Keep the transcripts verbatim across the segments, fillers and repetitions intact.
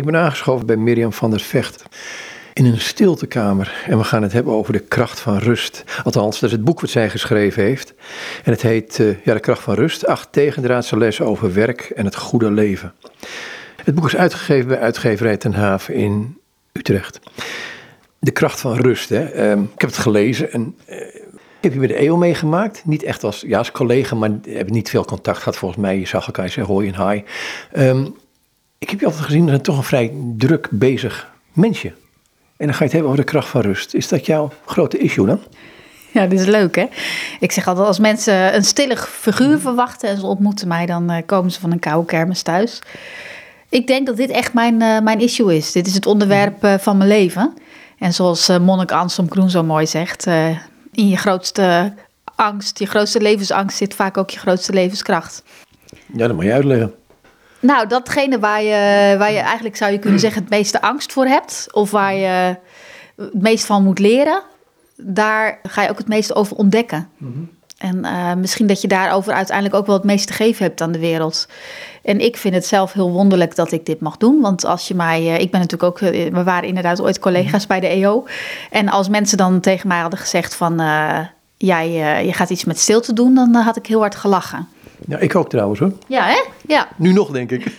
Ik ben aangeschoven bij Mirjam van der Vecht in een stiltekamer. En we gaan het hebben over de kracht van rust. Althans, dat is het boek wat zij geschreven heeft. En het heet uh, ja, De kracht van rust. Acht tegendraadse lessen over werk en het goede leven. Het boek is uitgegeven bij uitgeverij Ten Haven in Utrecht. De kracht van rust. Hè. Um, ik heb het gelezen en uh, ik heb hier bij de E O meegemaakt. Niet echt als, ja, als collega, maar we hebben niet veel contact gehad volgens mij. Je zag elkaar zeggen hoi en hi. Um, ik heb je altijd gezien als toch een vrij druk bezig mensje. En dan ga je het hebben over de kracht van rust. Is dat jouw grote issue dan? Ja, dit is leuk hè. Ik zeg altijd, als mensen een stillig figuur verwachten en ze ontmoeten mij, dan uh, komen ze van een koude kermis thuis. Ik denk dat dit echt mijn, uh, mijn issue is. Dit is het onderwerp uh, van mijn leven. En zoals uh, monnik Anselm Groen zo mooi zegt, uh, in je grootste angst, je grootste levensangst zit vaak ook je grootste levenskracht. Ja, dat moet je uitleggen. Nou, datgene waar je, waar je eigenlijk, zou je kunnen zeggen, het meeste angst voor hebt, of waar je het meest van moet leren, daar ga je ook het meeste over ontdekken. Mm-hmm. En uh, misschien dat je daarover uiteindelijk ook wel het meest te geven hebt aan de wereld. En ik vind het zelf heel wonderlijk dat ik dit mag doen. Want als je mij, uh, ik ben natuurlijk ook, uh, we waren inderdaad ooit collega's bij de E O. En als mensen dan tegen mij hadden gezegd van, uh, jij, uh, je gaat iets met stilte doen, dan uh, had ik heel hard gelachen. Ja, ik ook trouwens hoor. Ja, hè? Ja. Nu nog, denk ik.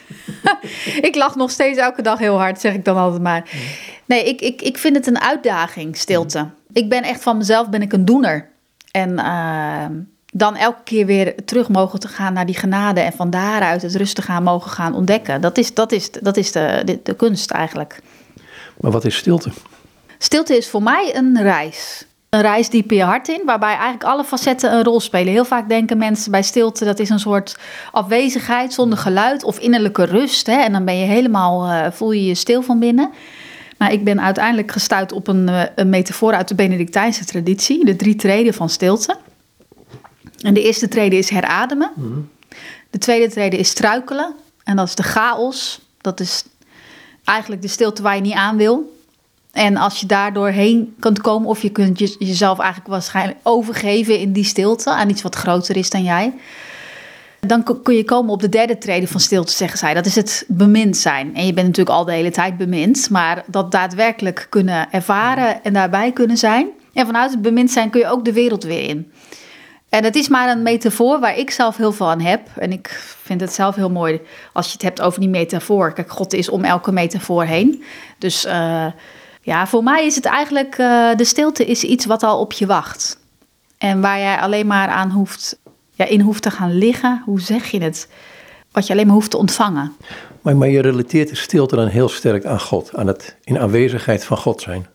Ik lach nog steeds elke dag heel hard, zeg ik dan altijd maar. Nee, ik, ik, ik vind het een uitdaging, stilte. Ik ben echt van mezelf, ben ik een doener. En uh, dan elke keer weer terug mogen te gaan naar die genade en van daaruit het rustig gaan mogen gaan ontdekken. Dat is, dat is, dat is de, de, de kunst eigenlijk. Maar wat is stilte? Stilte is voor mij een reis. Een reis diep in je hart in, waarbij eigenlijk alle facetten een rol spelen. Heel vaak denken mensen bij stilte, dat is een soort afwezigheid zonder geluid of innerlijke rust. Hè? En dan ben je helemaal, uh, voel je je stil van binnen. Maar ik ben uiteindelijk gestuurd op een, uh, een metafoor uit de Benedictijnse traditie. De drie treden van stilte. En de eerste trede is herademen. Mm-hmm. De tweede trede is struikelen. En dat is de chaos. Dat is eigenlijk de stilte waar je niet aan wil. En als je daardoor heen kunt komen, of je kunt je, jezelf eigenlijk waarschijnlijk overgeven in die stilte aan iets wat groter is dan jij, dan kun je komen op de derde trede van stilte, zeggen zij. Dat is het bemind zijn. En je bent natuurlijk al de hele tijd bemind, maar dat daadwerkelijk kunnen ervaren en daarbij kunnen zijn. En vanuit het bemind zijn kun je ook de wereld weer in. En het is maar een metafoor waar ik zelf heel veel aan heb. En ik vind het zelf heel mooi als je het hebt over die metafoor. Kijk, God is om elke metafoor heen. Dus Uh, Ja, voor mij is het eigenlijk, uh, de stilte is iets wat al op je wacht. En waar jij alleen maar aan hoeft, ja, in hoeft te gaan liggen. Hoe zeg je het? Wat je alleen maar hoeft te ontvangen. Maar, maar je relateert de stilte dan heel sterk aan God. Aan het in aanwezigheid van God zijn.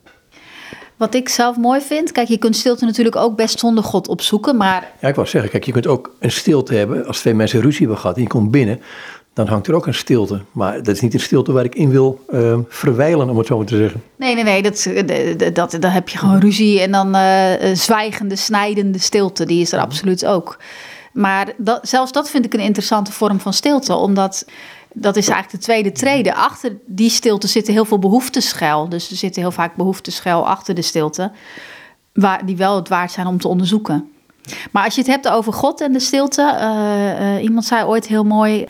Wat ik zelf mooi vind. Kijk, je kunt stilte natuurlijk ook best zonder God opzoeken. Maar ja, ik wou zeggen, kijk, je kunt ook een stilte hebben. Als twee mensen ruzie hebben gehad en je komt binnen, dan hangt er ook een stilte. Maar dat is niet een stilte waar ik in wil uh, verwijlen, om het zo maar te zeggen. Nee, nee, nee. Dat, dat, dat, dan heb je gewoon ruzie en dan uh, zwijgende, snijdende stilte. Die is er absoluut ook. Maar dat, zelfs dat vind ik een interessante vorm van stilte. Omdat dat is eigenlijk de tweede trede. Achter die stilte zitten heel veel behoeften schuil. Dus er zitten heel vaak behoeften schuil achter de stilte. Waar, die wel het waard zijn om te onderzoeken. Maar als je het hebt over God en de stilte. Uh, uh, iemand zei ooit heel mooi.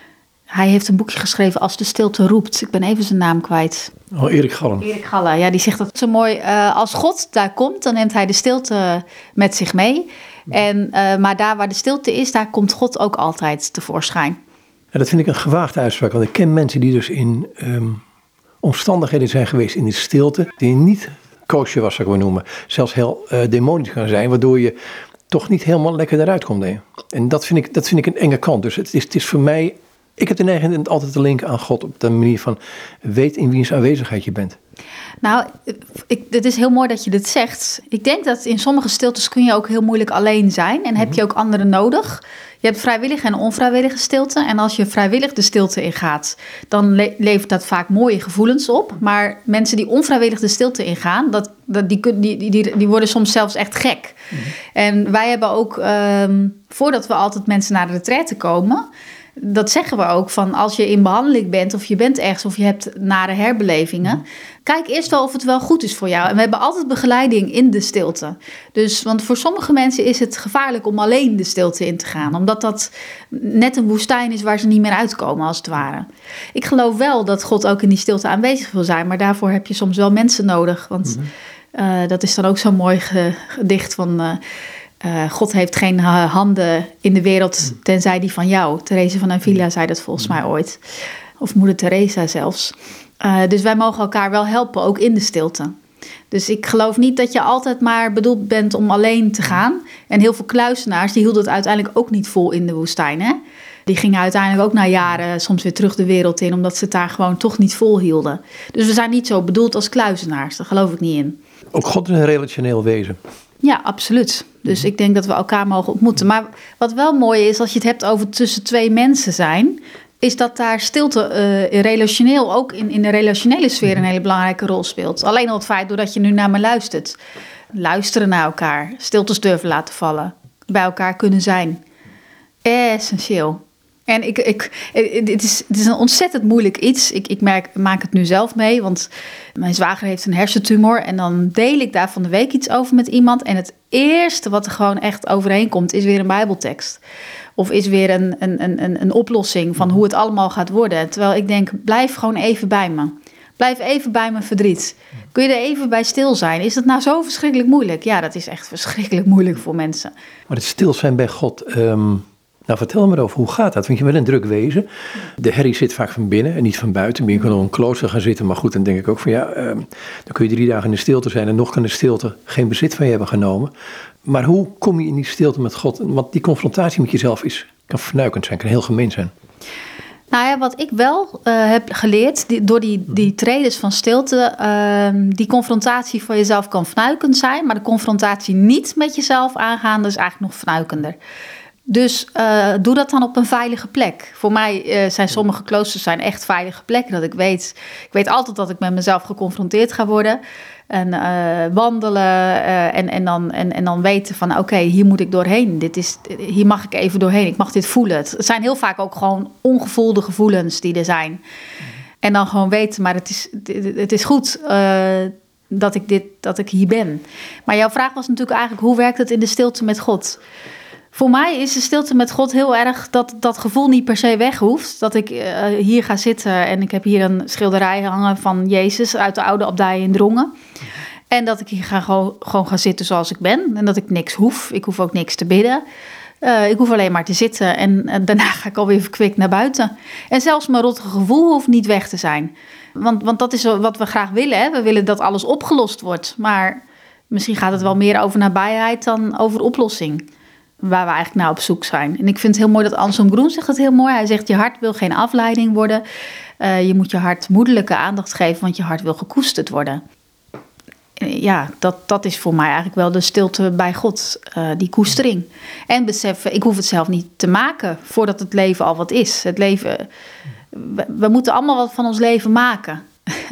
Hij heeft een boekje geschreven Als de stilte roept. Ik ben even zijn naam kwijt. Oh, Erik Gallen. Erik Gallen, ja, die zegt dat zo mooi. Uh, als God daar komt, dan neemt hij de stilte met zich mee. En, uh, maar daar waar de stilte is, daar komt God ook altijd tevoorschijn. Ja, dat vind ik een gewaagde uitspraak. Want ik ken mensen die dus in um, omstandigheden zijn geweest in de stilte, die niet koosje was, zou ik maar noemen. Zelfs heel uh, demonisch kan zijn, waardoor je toch niet helemaal lekker eruit komt. Nee. En dat vind ik, dat vind ik een enge kant. Dus het is, het is voor mij. Ik heb de neiging altijd te linken aan God op de manier van weet in wiens aanwezigheid je bent. Nou, ik, het is heel mooi dat je dit zegt. Ik denk dat in sommige stiltes kun je ook heel moeilijk alleen zijn. En mm-hmm. heb je ook anderen nodig. Je hebt vrijwillige en onvrijwillige stilte. En als je vrijwillig de stilte ingaat, dan le- levert dat vaak mooie gevoelens op. Maar mensen die onvrijwillig de stilte ingaan, dat, dat, die, die, die, die worden soms zelfs echt gek. Mm-hmm. En wij hebben ook, um, voordat we altijd mensen naar de retraite komen, Dat zeggen we ook, van als je in behandeling bent of je bent ergens of je hebt nare herbelevingen, kijk eerst wel of het wel goed is voor jou. En we hebben altijd begeleiding in de stilte. Dus, want voor sommige mensen is het gevaarlijk om alleen de stilte in te gaan, omdat dat net een woestijn is waar ze niet meer uitkomen als het ware. Ik geloof wel dat God ook in die stilte aanwezig wil zijn, maar daarvoor heb je soms wel mensen nodig. Want mm-hmm. uh, dat is dan ook zo'n mooi ge- gedicht van Uh, Uh, God heeft geen uh, handen in de wereld tenzij die van jou. Therese van Avila zei dat volgens mij ooit. Of moeder Teresa zelfs. Uh, dus wij mogen elkaar wel helpen, ook in de stilte. Dus ik geloof niet dat je altijd maar bedoeld bent om alleen te gaan. En heel veel kluizenaars, die hielden het uiteindelijk ook niet vol in de woestijn. Hè? Die gingen uiteindelijk ook na jaren soms weer terug de wereld in, omdat ze het daar gewoon toch niet vol hielden. Dus we zijn niet zo bedoeld als kluizenaars, daar geloof ik niet in. Ook God is een relationeel wezen. Ja, absoluut. Dus ik denk dat we elkaar mogen ontmoeten. Maar wat wel mooi is, als je het hebt over tussen twee mensen zijn, is dat daar stilte uh, relationeel, ook in, in de relationele sfeer, een hele belangrijke rol speelt. Alleen al het feit, doordat je nu naar me luistert. Luisteren naar elkaar, stiltes durven laten vallen, bij elkaar kunnen zijn. Essentieel. En ik, ik, het, is, het is een ontzettend moeilijk iets. Ik, ik merk, maak het nu zelf mee, want mijn zwager heeft een hersentumor. En dan deel ik daar van de week iets over met iemand. En het eerste wat er gewoon echt overheen komt, is weer een bijbeltekst. Of is weer een, een, een, een oplossing van hoe het allemaal gaat worden. Terwijl ik denk, blijf gewoon even bij me. Blijf even bij mijn verdriet. Kun je er even bij stil zijn? Is dat nou zo verschrikkelijk moeilijk? Ja, dat is echt verschrikkelijk moeilijk voor mensen. Maar het stil zijn bij God, Um... Nou, vertel me over, hoe gaat dat? Want je bent een druk wezen. De herrie zit vaak van binnen en niet van buiten. Je kan op een klooster gaan zitten, maar goed, dan denk ik ook van ja, uh, dan kun je drie dagen in de stilte zijn en nog kan de stilte geen bezit van je hebben genomen. Maar hoe kom je in die stilte met God? Want die confrontatie met jezelf is, kan vernuikend zijn, kan heel gemeen zijn. Nou ja, wat ik wel uh, heb geleerd, die, door die, die tredes van stilte, uh, die confrontatie voor jezelf kan vernuikend zijn, maar de confrontatie niet met jezelf aangaan, dat is eigenlijk nog vernuikender. Dus uh, doe dat dan op een veilige plek. Voor mij uh, zijn sommige kloosters zijn echt veilige plekken. Dat ik weet, ik weet altijd dat ik met mezelf geconfronteerd ga worden. En uh, wandelen uh, en, en, dan, en, en dan weten van oké, okay, hier moet ik doorheen. Dit is, hier mag ik even doorheen. Ik mag dit voelen. Het zijn heel vaak ook gewoon ongevoelde gevoelens die er zijn. En dan gewoon weten, maar het is, het is goed uh, dat, ik dit, dat ik hier ben. Maar jouw vraag was natuurlijk eigenlijk, hoe werkt het in de stilte met God? Voor mij is de stilte met God heel erg dat dat gevoel niet per se weg hoeft. Dat ik uh, hier ga zitten en ik heb hier een schilderij hangen van Jezus uit de oude abdij in Drongen. En dat ik hier ga gewoon, gewoon ga zitten zoals ik ben. En dat ik niks hoef. Ik hoef ook niks te bidden. Uh, ik hoef alleen maar te zitten en uh, daarna ga ik alweer verkwikt naar buiten. En zelfs mijn rottige gevoel hoeft niet weg te zijn. Want, want dat is wat we graag willen. Hè? We willen dat alles opgelost wordt. Maar misschien gaat het wel meer over nabijheid dan over oplossing. Waar we eigenlijk naar op zoek zijn. En ik vind het heel mooi dat Anselm Groen zegt het heel mooi. Hij zegt, je hart wil geen afleiding worden. Uh, je moet je hart moederlijke aandacht geven, want je hart wil gekoesterd worden. Ja, dat, dat is voor mij eigenlijk wel de stilte bij God. Uh, die koestering. En beseffen, ik hoef het zelf niet te maken voordat het leven al wat is. Het leven, we, we moeten allemaal wat van ons leven maken.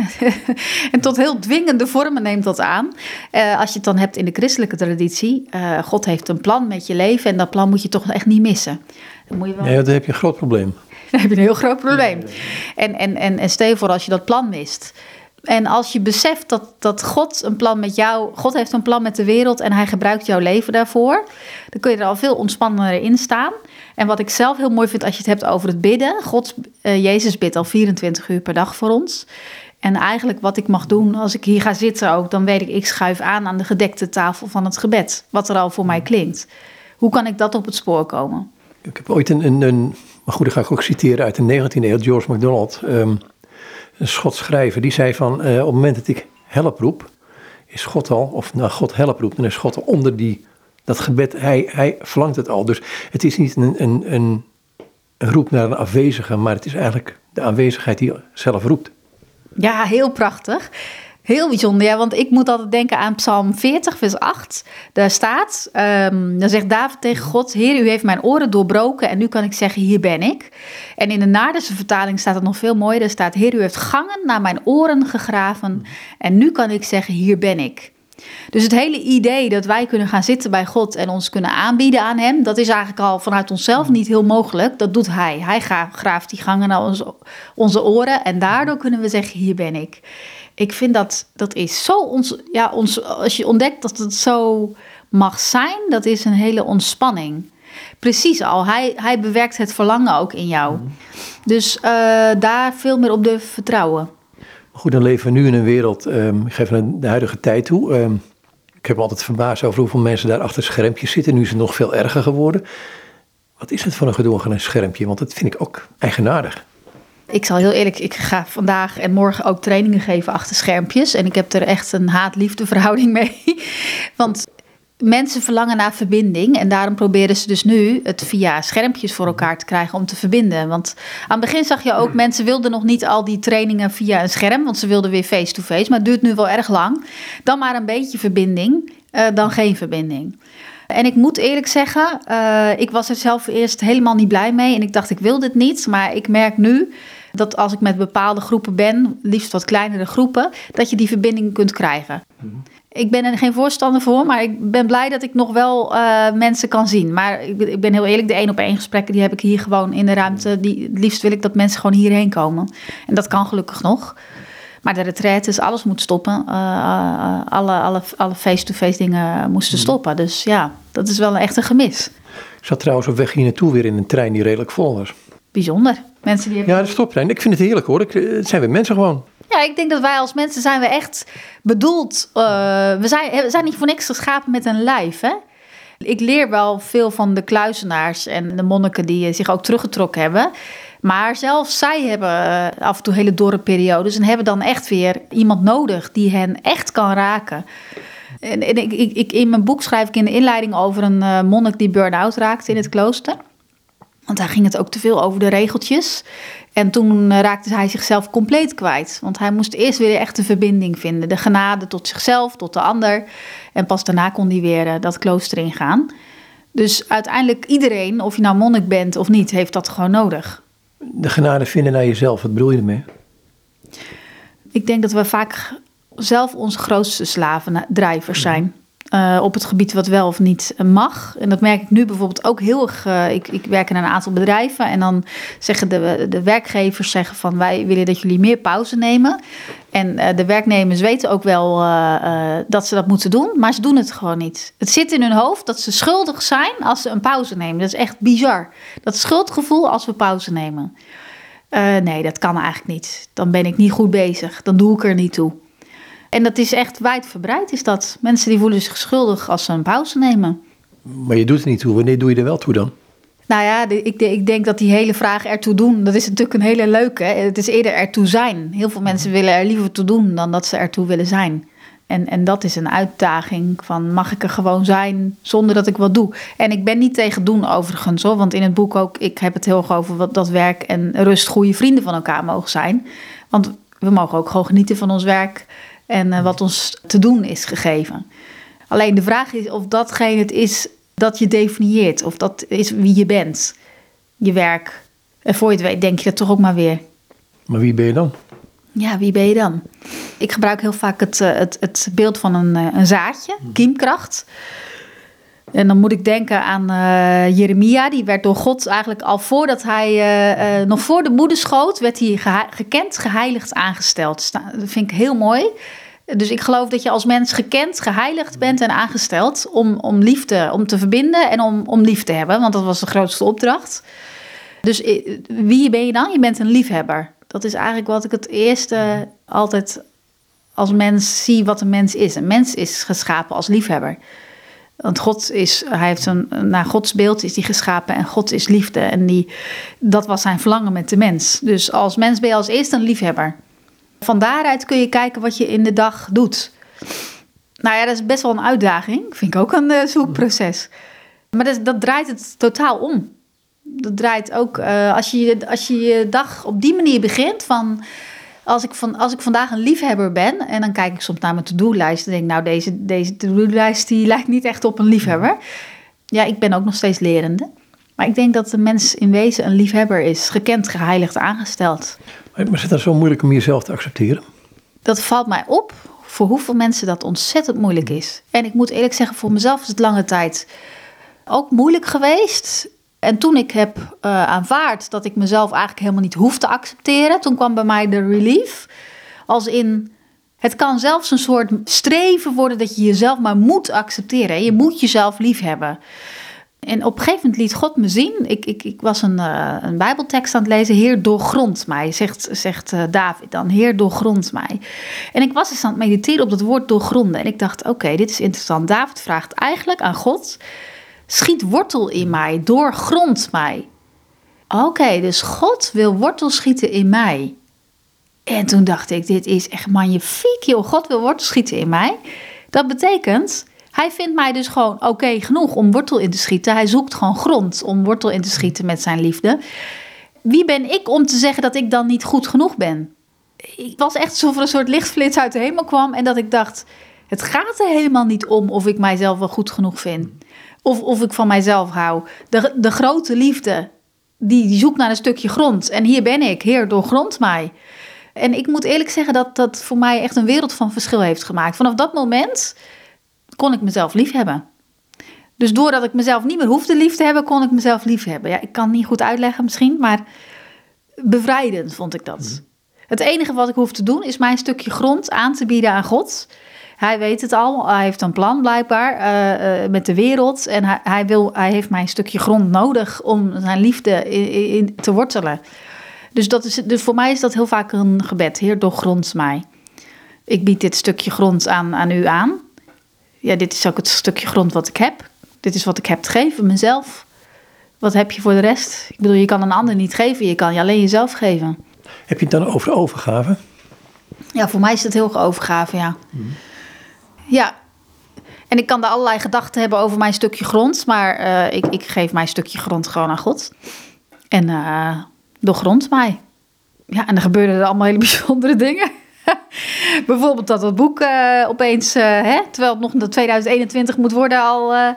En tot heel dwingende vormen neemt dat aan. Uh, als je het dan hebt in de christelijke traditie. Uh, God heeft een plan met je leven en dat plan moet je toch echt niet missen. Dan moet je wel... Nee, dan heb je een groot probleem. Dan heb je een heel groot probleem. En, en, en, en stel je voor als je dat plan mist. En als je beseft dat, dat God een plan met jou... God heeft een plan met de wereld en hij gebruikt jouw leven daarvoor. Dan kun je er al veel ontspannender in staan. En wat ik zelf heel mooi vind als je het hebt over het bidden. God, uh, Jezus bidt al vierentwintig uur per dag voor ons. En eigenlijk wat ik mag doen als ik hier ga zitten ook... dan weet ik, ik schuif aan aan de gedekte tafel van het gebed. Wat er al voor mij klinkt. Hoe kan ik dat op het spoor komen? Ik heb ooit een... een, een maar goed, dat ga ik ook citeren uit de negentiende eeuw. George MacDonald, um, een Schots schrijver. Die zei van, uh, op het moment dat ik help roep... is God al, of nou God help roept... dan is God al onder die, dat gebed. Hij, hij verlangt het al. Dus het is niet een, een, een, een roep naar een afwezige... maar het is eigenlijk de aanwezigheid die zelf roept. Ja, heel prachtig. Heel bijzonder, ja, want ik moet altijd denken aan Psalm veertig, vers acht. Daar staat, um, dan zegt David tegen God... Heer, u heeft mijn oren doorbroken en nu kan ik zeggen, hier ben ik. En in de Naardense vertaling staat het nog veel mooier. Er staat, Heer, u heeft gangen naar mijn oren gegraven... en nu kan ik zeggen, hier ben ik. Dus het hele idee dat wij kunnen gaan zitten bij God en ons kunnen aanbieden aan hem, dat is eigenlijk al vanuit onszelf niet heel mogelijk. Dat doet hij. Hij graaft die gangen naar onze, onze oren en daardoor kunnen we zeggen, hier ben ik. Ik vind dat, dat is zo, ons, ja, ons, als je ontdekt dat het zo mag zijn, dat is een hele ontspanning. Precies al, hij, hij bewerkt het verlangen ook in jou. Mm. Dus uh, daar veel meer op durven vertrouwen. Goed, dan leven we nu in een wereld, um, ik geef naar de huidige tijd toe. Um, ik heb me altijd verbaasd over hoeveel mensen daar achter schermpjes zitten. Nu is het nog veel erger geworden. Wat is het voor een gedoe aan een schermpje? Want dat vind ik ook eigenaardig. Ik zal heel eerlijk, ik ga vandaag en morgen ook trainingen geven achter schermpjes. En ik heb er echt een haat-liefde verhouding mee. Want mensen verlangen naar verbinding. En daarom proberen ze dus nu het via schermpjes voor elkaar te krijgen om te verbinden. Want aan het begin zag je ook, mensen wilden nog niet al die trainingen via een scherm. Want ze wilden weer face-to-face. Maar het duurt nu wel erg lang. Dan maar een beetje verbinding, uh, dan geen verbinding. En ik moet eerlijk zeggen, uh, ik was er zelf eerst helemaal niet blij mee. En ik dacht, ik wil dit niet. Maar ik merk nu dat als ik met bepaalde groepen ben, liefst wat kleinere groepen, dat je die verbinding kunt krijgen. Mm-hmm. Ik ben er geen voorstander voor, maar ik ben blij dat ik nog wel uh, mensen kan zien. Maar ik, ik ben heel eerlijk, de één op één gesprekken, die heb ik hier gewoon in de ruimte. Die, het liefst wil ik dat mensen gewoon hierheen komen. En dat kan gelukkig nog. Maar de retraites, alles moet stoppen. Uh, uh, alle, alle, alle face-to-face dingen moesten stoppen. Dus ja, dat is wel een echte gemis. Ik zat trouwens op weg hier naartoe weer in een trein die redelijk vol was. Bijzonder. Mensen die hebben... Ja, de stoптrein. Ik vind het heerlijk hoor. Ik, het zijn weer mensen gewoon. Ja, ik denk dat wij als mensen zijn we echt bedoeld. Uh, we, zijn, we zijn niet voor niks geschapen met een lijf, hè? Ik leer wel veel van de kluizenaars en de monniken die zich ook teruggetrokken hebben. Maar zelfs zij hebben uh, af en toe hele dorre periodes en hebben dan echt weer iemand nodig die hen echt kan raken. En, en ik, ik, ik, in mijn boek schrijf ik in de inleiding over een uh, monnik die burn-out raakte in het klooster. Want daar ging het ook te veel over de regeltjes. En toen uh, raakte hij zichzelf compleet kwijt. Want hij moest eerst weer echt een verbinding vinden. De genade tot zichzelf, tot de ander. En pas daarna kon hij weer uh, dat klooster ingaan. Dus uiteindelijk iedereen, of je nou monnik bent of niet, heeft dat gewoon nodig. De genade vinden naar jezelf, wat bedoel je ermee? Ik denk dat we vaak zelf onze grootste slavendrijvers zijn. Uh, op het gebied wat wel of niet mag. En dat merk ik nu bijvoorbeeld ook heel erg. Uh, ik, ik werk in een aantal bedrijven en dan zeggen de, de werkgevers zeggen van wij willen dat jullie meer pauze nemen. En uh, de werknemers weten ook wel uh, uh, dat ze dat moeten doen, maar ze doen het gewoon niet. Het zit in hun hoofd dat ze schuldig zijn als ze een pauze nemen. Dat is echt bizar. Dat schuldgevoel als we pauze nemen. Uh, nee, dat kan eigenlijk niet. Dan ben ik niet goed bezig. Dan doe ik er niet toe. En dat is echt wijdverbreid, is dat. Mensen die voelen zich schuldig als ze een pauze nemen. Maar je doet het niet toe. Wanneer doe je er wel toe dan? Nou ja, ik, ik denk dat die hele vraag ertoe doen, dat is natuurlijk een hele leuke. Het is eerder ertoe zijn. Heel veel mensen willen er liever toe doen dan dat ze ertoe willen zijn. En, en dat is een uitdaging van mag ik er gewoon zijn zonder dat ik wat doe. En ik ben niet tegen doen overigens hoor. Want in het boek ook, ik heb het heel erg over wat, dat werk en rust goede vrienden van elkaar mogen zijn. Want we mogen ook gewoon genieten van ons werk en uh, wat ons te doen is gegeven. Alleen de vraag is of datgene het is dat je definieert. Of dat is wie je bent. Je werk. En voor je het weet denk je dat toch ook maar weer. Maar wie ben je dan? Ja, wie ben je dan? Ik gebruik heel vaak het, het, het beeld van een, een zaadje, kiemkracht. En dan moet ik denken aan uh, Jeremia. Die werd door God eigenlijk al voordat hij, uh, uh, nog voor de moederschoot, werd hij gehe- gekend, geheiligd, aangesteld. Dat vind ik heel mooi. Dus ik geloof dat je als mens gekend, geheiligd bent en aangesteld om, om liefde, om te verbinden en om, om lief te hebben. Want dat was de grootste opdracht. Dus wie ben je dan? Je bent een liefhebber. Dat is eigenlijk wat ik het eerste altijd als mens zie wat een mens is. Een mens is geschapen als liefhebber. Want God is, hij heeft een, naar Gods beeld is hij geschapen en God is liefde. En die, dat was zijn verlangen met de mens. Dus als mens ben je als eerste een liefhebber. Van daaruit kun je kijken wat je in de dag doet. Nou ja, dat is best wel een uitdaging. Vind ik ook een uh, zoekproces. Maar dat, dat draait het totaal om. Dat draait ook, uh, als, je, als je je dag op die manier begint van Als ik, van, als ik vandaag een liefhebber ben en dan kijk ik soms naar mijn to-do-lijst en denk nou deze, deze to-do-lijst die lijkt niet echt op een liefhebber. Ja, ik ben ook nog steeds lerende. Maar ik denk dat de mens in wezen een liefhebber is, gekend, geheiligd, aangesteld. Maar is het dan zo moeilijk om jezelf te accepteren? Dat valt mij op. voor hoeveel mensen dat ontzettend moeilijk is. En ik moet eerlijk zeggen, voor mezelf is het lange tijd ook moeilijk geweest. En toen ik heb uh, aanvaard dat ik mezelf eigenlijk helemaal niet hoef te accepteren, toen kwam bij mij de relief. Als in, het kan zelfs een soort streven worden dat je jezelf maar moet accepteren. Je moet jezelf lief hebben. En op een gegeven moment liet God me zien. Ik, ik, ik was een, uh, een Bijbeltekst aan het lezen. Heer, doorgrond mij, zegt, zegt uh, David dan. Heer, doorgrond mij. En ik was eens aan het mediteren op dat woord doorgronden. En ik dacht, oké, okay, dit is interessant. David vraagt eigenlijk aan God, schiet wortel in mij, doorgrond mij. Oké, okay, dus God wil wortel schieten in mij. En toen dacht ik, dit is echt magnifiek, joh. God wil wortel schieten in mij. Dat betekent, hij vindt mij dus gewoon oké okay, genoeg om wortel in te schieten. Hij zoekt gewoon grond om wortel in te schieten met zijn liefde. Wie ben ik om te zeggen dat ik dan niet goed genoeg ben? Ik was echt alsof er een soort lichtflits uit de hemel kwam. En dat ik dacht, het gaat er helemaal niet om of ik mijzelf wel goed genoeg vind. Of, of ik van mijzelf hou. De, de grote liefde, die, die zoekt naar een stukje grond. En hier ben ik, Heer, doorgrond mij. En ik moet eerlijk zeggen dat dat voor mij echt een wereld van verschil heeft gemaakt. Vanaf dat moment kon ik mezelf lief hebben. Dus doordat ik mezelf niet meer hoefde lief te hebben, kon ik mezelf lief hebben. Ja, ik kan het niet goed uitleggen misschien, maar bevrijdend vond ik dat. Mm. Het enige wat ik hoef te doen is mijn stukje grond aan te bieden aan God. Hij weet het al, hij heeft een plan blijkbaar uh, uh, met de wereld. En hij, hij, wil, hij heeft mijn stukje grond nodig om zijn liefde in, in, te wortelen. Dus, dat is, dus voor mij is dat heel vaak een gebed. Heer, doorgrond mij. Ik bied dit stukje grond aan, aan u aan. Ja, dit is ook het stukje grond wat ik heb. Dit is wat ik heb te geven, mezelf. Wat heb je voor de rest? Ik bedoel, je kan een ander niet geven. Je kan je alleen jezelf geven. Heb je het dan over overgave? Ja, voor mij is het heel erg overgave, ja. Mm. Ja. En ik kan daar allerlei gedachten hebben over mijn stukje grond. Maar uh, ik, ik geef mijn stukje grond gewoon aan God. En uh, doorgrond mij. Ja, en er gebeurden er allemaal hele bijzondere dingen. Bijvoorbeeld dat het boek uh, opeens, uh, hè, terwijl het nog in tweeduizend eenentwintig moet worden al. Uh,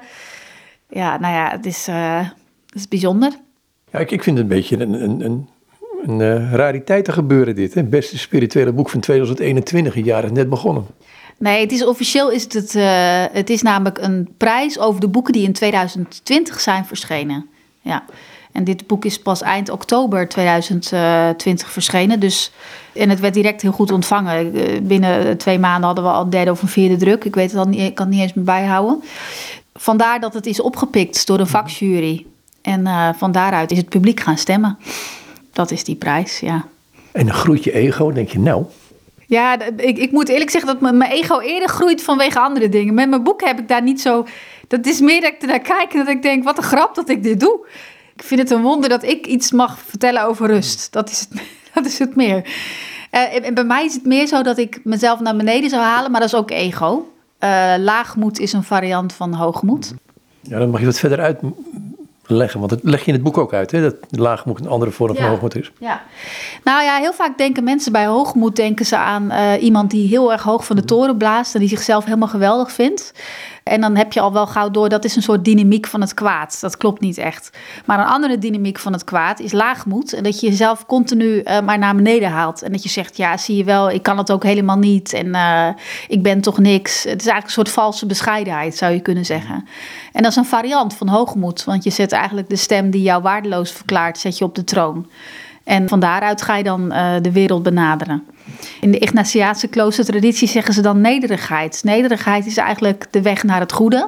ja, nou ja, het is, uh, het is bijzonder. Ja, ik, ik vind het een beetje een, een, een, een uh, rariteit te gebeuren dit. Het beste spirituele boek van tweeduizend eenentwintig, een jaar is net begonnen. Nee, het is officieel is het, het, uh, het is namelijk een prijs over de boeken die in tweeduizend twintig zijn verschenen. Ja. En dit boek is pas eind oktober tweeduizend twintig verschenen. Dus, en het werd direct heel goed ontvangen. Binnen twee maanden hadden we al een derde of een vierde druk. Ik weet het al niet, ik kan het niet eens meer bijhouden. Vandaar dat het is opgepikt door een vakjury. En uh, van daaruit is het publiek gaan stemmen. Dat is die prijs, ja. En dan groeit je ego, denk je nou... Ja, ik, ik moet eerlijk zeggen dat mijn ego eerder groeit vanwege andere dingen. Met mijn boek heb ik daar niet zo... Dat is meer dat ik ernaar kijk en dat ik denk, wat een grap dat ik dit doe. Ik vind het een wonder dat ik iets mag vertellen over rust. Dat is het, dat is het meer. Uh, en bij mij is het meer zo dat ik mezelf naar beneden zou halen, maar dat is ook ego. Uh, laagmoed is een variant van hoogmoed. Ja, dan mag je wat verder uitleggen, want dat leg je in het boek ook uit, hè? Dat laagmoed een andere vorm van ja. hoogmoed is. Ja. Nou ja, heel vaak denken mensen bij hoogmoed, denken ze aan uh, iemand die heel erg hoog van de toren blaast en die zichzelf helemaal geweldig vindt. En dan heb je al wel gauw door, dat is een soort dynamiek van het kwaad. Dat klopt niet echt. Maar een andere dynamiek van het kwaad is laagmoed. En dat je jezelf continu uh, maar naar beneden haalt. En dat je zegt, ja, zie je wel, ik kan het ook helemaal niet. En uh, ik ben toch niks. Het is eigenlijk een soort valse bescheidenheid, zou je kunnen zeggen. En dat is een variant van hoogmoed. Want je zet eigenlijk de stem die jou waardeloos verklaart, zet je op de troon. En van daaruit ga je dan uh, de wereld benaderen. In de Ignatiaanse kloostertraditie zeggen ze dan nederigheid. Nederigheid is eigenlijk de weg naar het goede.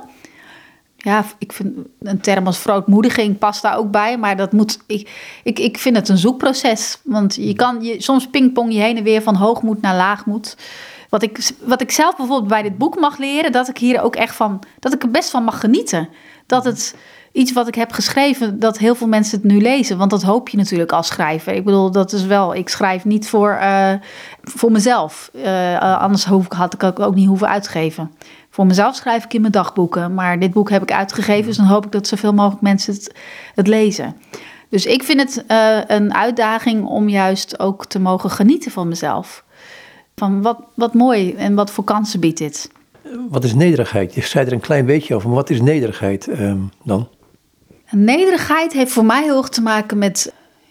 Ja, ik vind een term als vrootmoediging past daar ook bij. Maar dat moet, ik, ik, ik vind het een zoekproces. Want je kan, je, soms pingpong je heen en weer van hoogmoed naar laagmoed. Wat ik, wat ik zelf bijvoorbeeld bij dit boek mag leren, dat ik hier ook echt van, dat ik er best van mag genieten. Dat het iets wat ik heb geschreven, dat heel veel mensen het nu lezen. Want dat hoop je natuurlijk als schrijver. Ik bedoel, dat is wel, ik schrijf niet voor, uh, voor mezelf. Uh, anders hoef ik, had ik ook niet hoeven uitgeven. Voor mezelf schrijf ik in mijn dagboeken. Maar dit boek heb ik uitgegeven, dus dan hoop ik dat zoveel mogelijk mensen het, het lezen. Dus ik vind het uh, een uitdaging om juist ook te mogen genieten van mezelf. Van wat, wat mooi en wat voor kansen biedt dit. Wat is nederigheid? Je zei er een klein beetje over, maar wat is nederigheid um, dan? Nederigheid heeft voor mij heel erg te maken met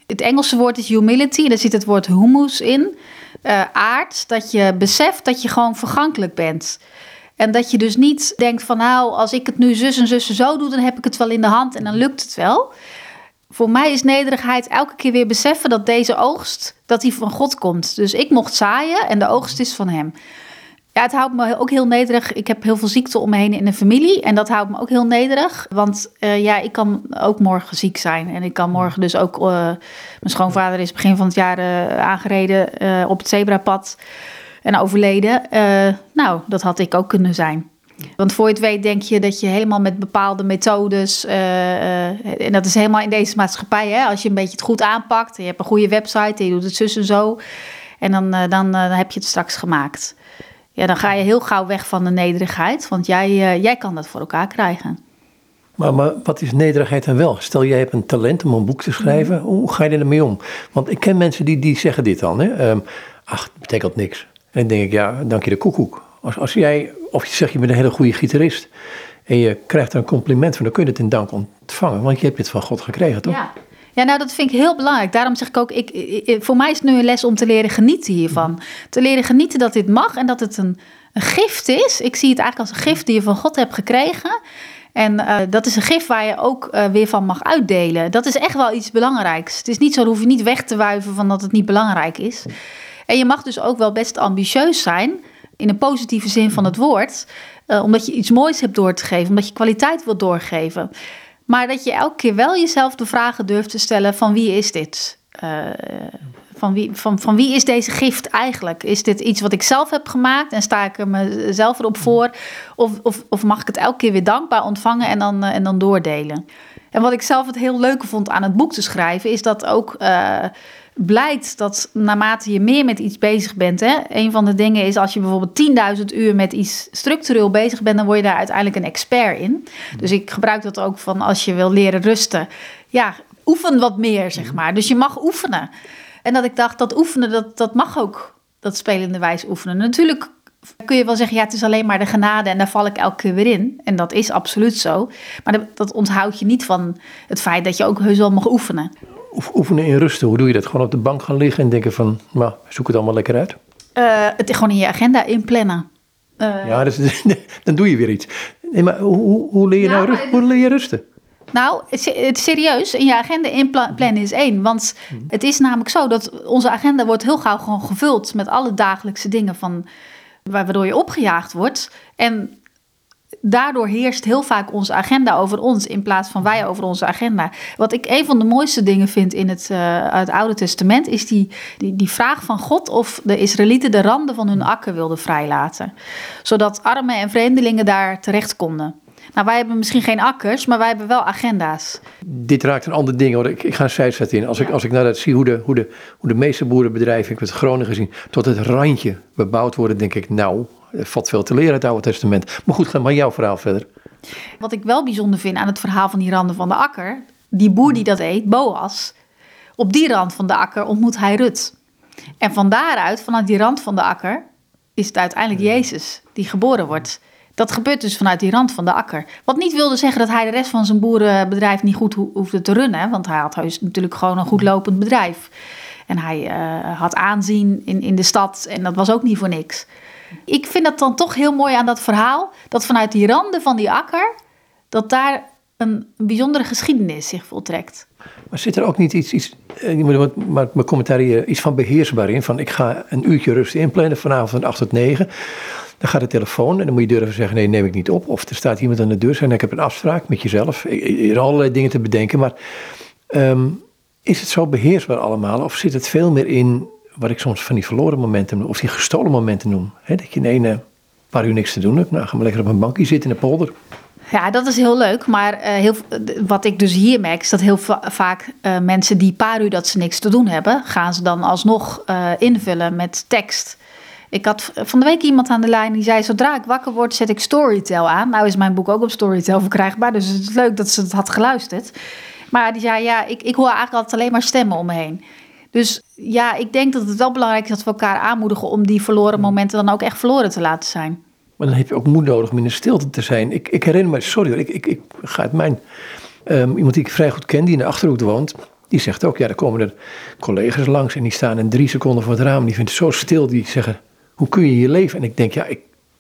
Het Engelse woord is humility. En daar zit het woord humus in. Uh, aard, dat je beseft dat je gewoon vergankelijk bent. En dat je dus niet denkt van nou, als ik het nu zus en zus zo doe, dan heb ik het wel in de hand en dan lukt het wel. Voor mij is nederigheid elke keer weer beseffen dat deze oogst, dat die van God komt. Dus ik mocht zaaien en de oogst is van hem. Ja, het houdt me ook heel nederig. Ik heb heel veel ziekte om me heen in de familie. En dat houdt me ook heel nederig. Want uh, ja, ik kan ook morgen ziek zijn. En ik kan morgen dus ook... Uh, mijn schoonvader is begin van het jaar uh, aangereden uh, op het zebrapad. En overleden. Uh, nou, dat had ik ook kunnen zijn. Want voor je het weet denk je dat je helemaal met bepaalde methodes... Uh, uh, en dat is helemaal in deze maatschappij. Hè, als je een beetje het goed aanpakt. En je hebt een goede website. En je doet het zus en zo. En dan, uh, dan, uh, dan heb je het straks gemaakt. Ja, dan ga je heel gauw weg van de nederigheid. Want jij, uh, jij kan dat voor elkaar krijgen. Maar, maar wat is nederigheid dan wel? Stel, jij hebt een talent om een boek te schrijven. Mm. Hoe ga je er mee om? Want ik ken mensen die, die zeggen dit dan. Hè? Um, ach, dat betekent niks. En dan denk ik, ja, dank je de koekoek. Als, als jij, of je zegt, je bent een hele goede gitarist. En je krijgt er een compliment van, dan kun je het in dank ontvangen. Want je hebt het van God gekregen, toch? Ja. Ja, nou dat vind ik heel belangrijk. Daarom zeg ik ook, ik, ik, voor mij is het nu een les om te leren genieten hiervan. Mm. Te leren genieten dat dit mag en dat het een, een gift is. Ik zie het eigenlijk als een gift die je van God hebt gekregen. En uh, dat is een gift waar je ook uh, weer van mag uitdelen. Dat is echt wel iets belangrijks. Het is niet zo, dan hoef je niet weg te wuiven van dat het niet belangrijk is. En je mag dus ook wel best ambitieus zijn, in een positieve zin van het woord. Uh, omdat je iets moois hebt door te geven, omdat je kwaliteit wilt doorgeven. Maar dat je elke keer wel jezelf de vragen durft te stellen van wie is dit? Uh, van, wie, van, van wie is deze gift eigenlijk? Is dit iets wat ik zelf heb gemaakt en sta ik er mezelf erop voor? Of, of, of mag ik het elke keer weer dankbaar ontvangen en dan, uh, en dan doordelen? En wat ik zelf het heel leuke vond aan het boek te schrijven, is dat ook... Uh, blijkt dat naarmate je meer met iets bezig bent... Hè, een van de dingen is als je bijvoorbeeld tienduizend uur met iets structureel bezig bent... dan word je daar uiteindelijk een expert in. Dus ik gebruik dat ook van als je wil leren rusten. Ja, oefen wat meer, zeg maar. Dus je mag oefenen. En dat ik dacht, dat oefenen, dat, dat mag ook, dat spelende wijs oefenen. Natuurlijk kun je wel zeggen, ja, het is alleen maar de genade... en daar val ik elke keer weer in. En dat is absoluut zo. Maar dat, dat onthoudt je niet van het feit dat je ook heus wel mag oefenen. Oefenen in rusten, hoe doe je dat? Gewoon op de bank gaan liggen en denken van, nou, zoek het allemaal lekker uit? Uh, het gewoon in je agenda inplannen. Uh, ja, dat is, dan doe je weer iets. Nee, maar hoe, hoe, leer, je nou, nou, hoe leer je rusten? Nou, het, het serieus, in je agenda inplannen is één. Want het is namelijk zo dat onze agenda wordt heel gauw gewoon gevuld... met alle dagelijkse dingen van, waardoor je opgejaagd wordt. En... daardoor heerst heel vaak onze agenda over ons... in plaats van wij over onze agenda. Wat ik een van de mooiste dingen vind in het, uh, het Oude Testament... is die, die, die vraag van God of de Israëlieten... de randen van hun akker wilden vrijlaten. Zodat armen en vreemdelingen daar terecht konden. Nou, wij hebben misschien geen akkers, maar wij hebben wel agenda's. Dit raakt een ander ding, hoor. Ik, ik ga een zijzet in. Als, ja. ik, als ik nou dat zie hoe de, hoe, de, hoe de meeste boerenbedrijven... ik heb het Groningen gezien, tot het randje bebouwd worden... denk ik, nou... er valt veel te leren uit het Oude Testament. Maar goed, ga maar jouw verhaal verder. Wat ik wel bijzonder vind aan het verhaal van die randen van de akker... die boer die dat eet, Boas... op die rand van de akker ontmoet hij Rut. En van daaruit, vanuit die rand van de akker... is het uiteindelijk Jezus die geboren wordt. Dat gebeurt dus vanuit die rand van de akker. Wat niet wilde zeggen dat hij de rest van zijn boerenbedrijf... niet goed ho- hoefde te runnen. Want hij had heus natuurlijk gewoon een goed lopend bedrijf. En hij uh, had aanzien in, in de stad en dat was ook niet voor niks... Ik vind dat dan toch heel mooi aan dat verhaal... dat vanuit die randen van die akker... dat daar een bijzondere geschiedenis zich voltrekt. Maar zit er ook niet iets... iets maar mijn commentaar hier, iets van beheersbaar in... van ik ga een uurtje rust inplannen... vanavond van acht tot negen... dan gaat de telefoon en dan moet je durven zeggen... nee, neem ik niet op. Of er staat iemand aan de deur... en ik heb een afspraak met jezelf. Er zijn allerlei dingen te bedenken... maar um, is het zo beheersbaar allemaal... of zit het veel meer in... wat ik soms van die verloren momenten noem, of die gestolen momenten noem. He, dat je in een uh, paar uur niks te doen hebt. Nou, ga maar lekker op een bankje zitten in de polder. Ja, dat is heel leuk. Maar uh, heel, wat ik dus hier merk, is dat heel va- vaak uh, mensen die paar uur dat ze niks te doen hebben, gaan ze dan alsnog uh, invullen met tekst. Ik had van de week iemand aan de lijn die zei, zodra ik wakker word, zet ik Storytel aan. Nou is mijn boek ook op Storytel verkrijgbaar, dus het is leuk dat ze het had geluisterd. Maar die zei, ja, ik, ik hoor eigenlijk altijd alleen maar stemmen om me heen. Dus ja, ik denk dat het wel belangrijk is dat we elkaar aanmoedigen... om die verloren momenten dan ook echt verloren te laten zijn. Maar dan heb je ook moed nodig om in de stilte te zijn. Ik, ik herinner me, sorry hoor, ik, ik, ik ga uit mijn... Um, iemand die ik vrij goed ken, die in de Achterhoek woont... Die zegt ook, ja, er komen er collega's langs en die staan in drie seconden voor het raam. Die vinden het zo stil, die zeggen, hoe kun je hier leven? En ik denk, ja, ik,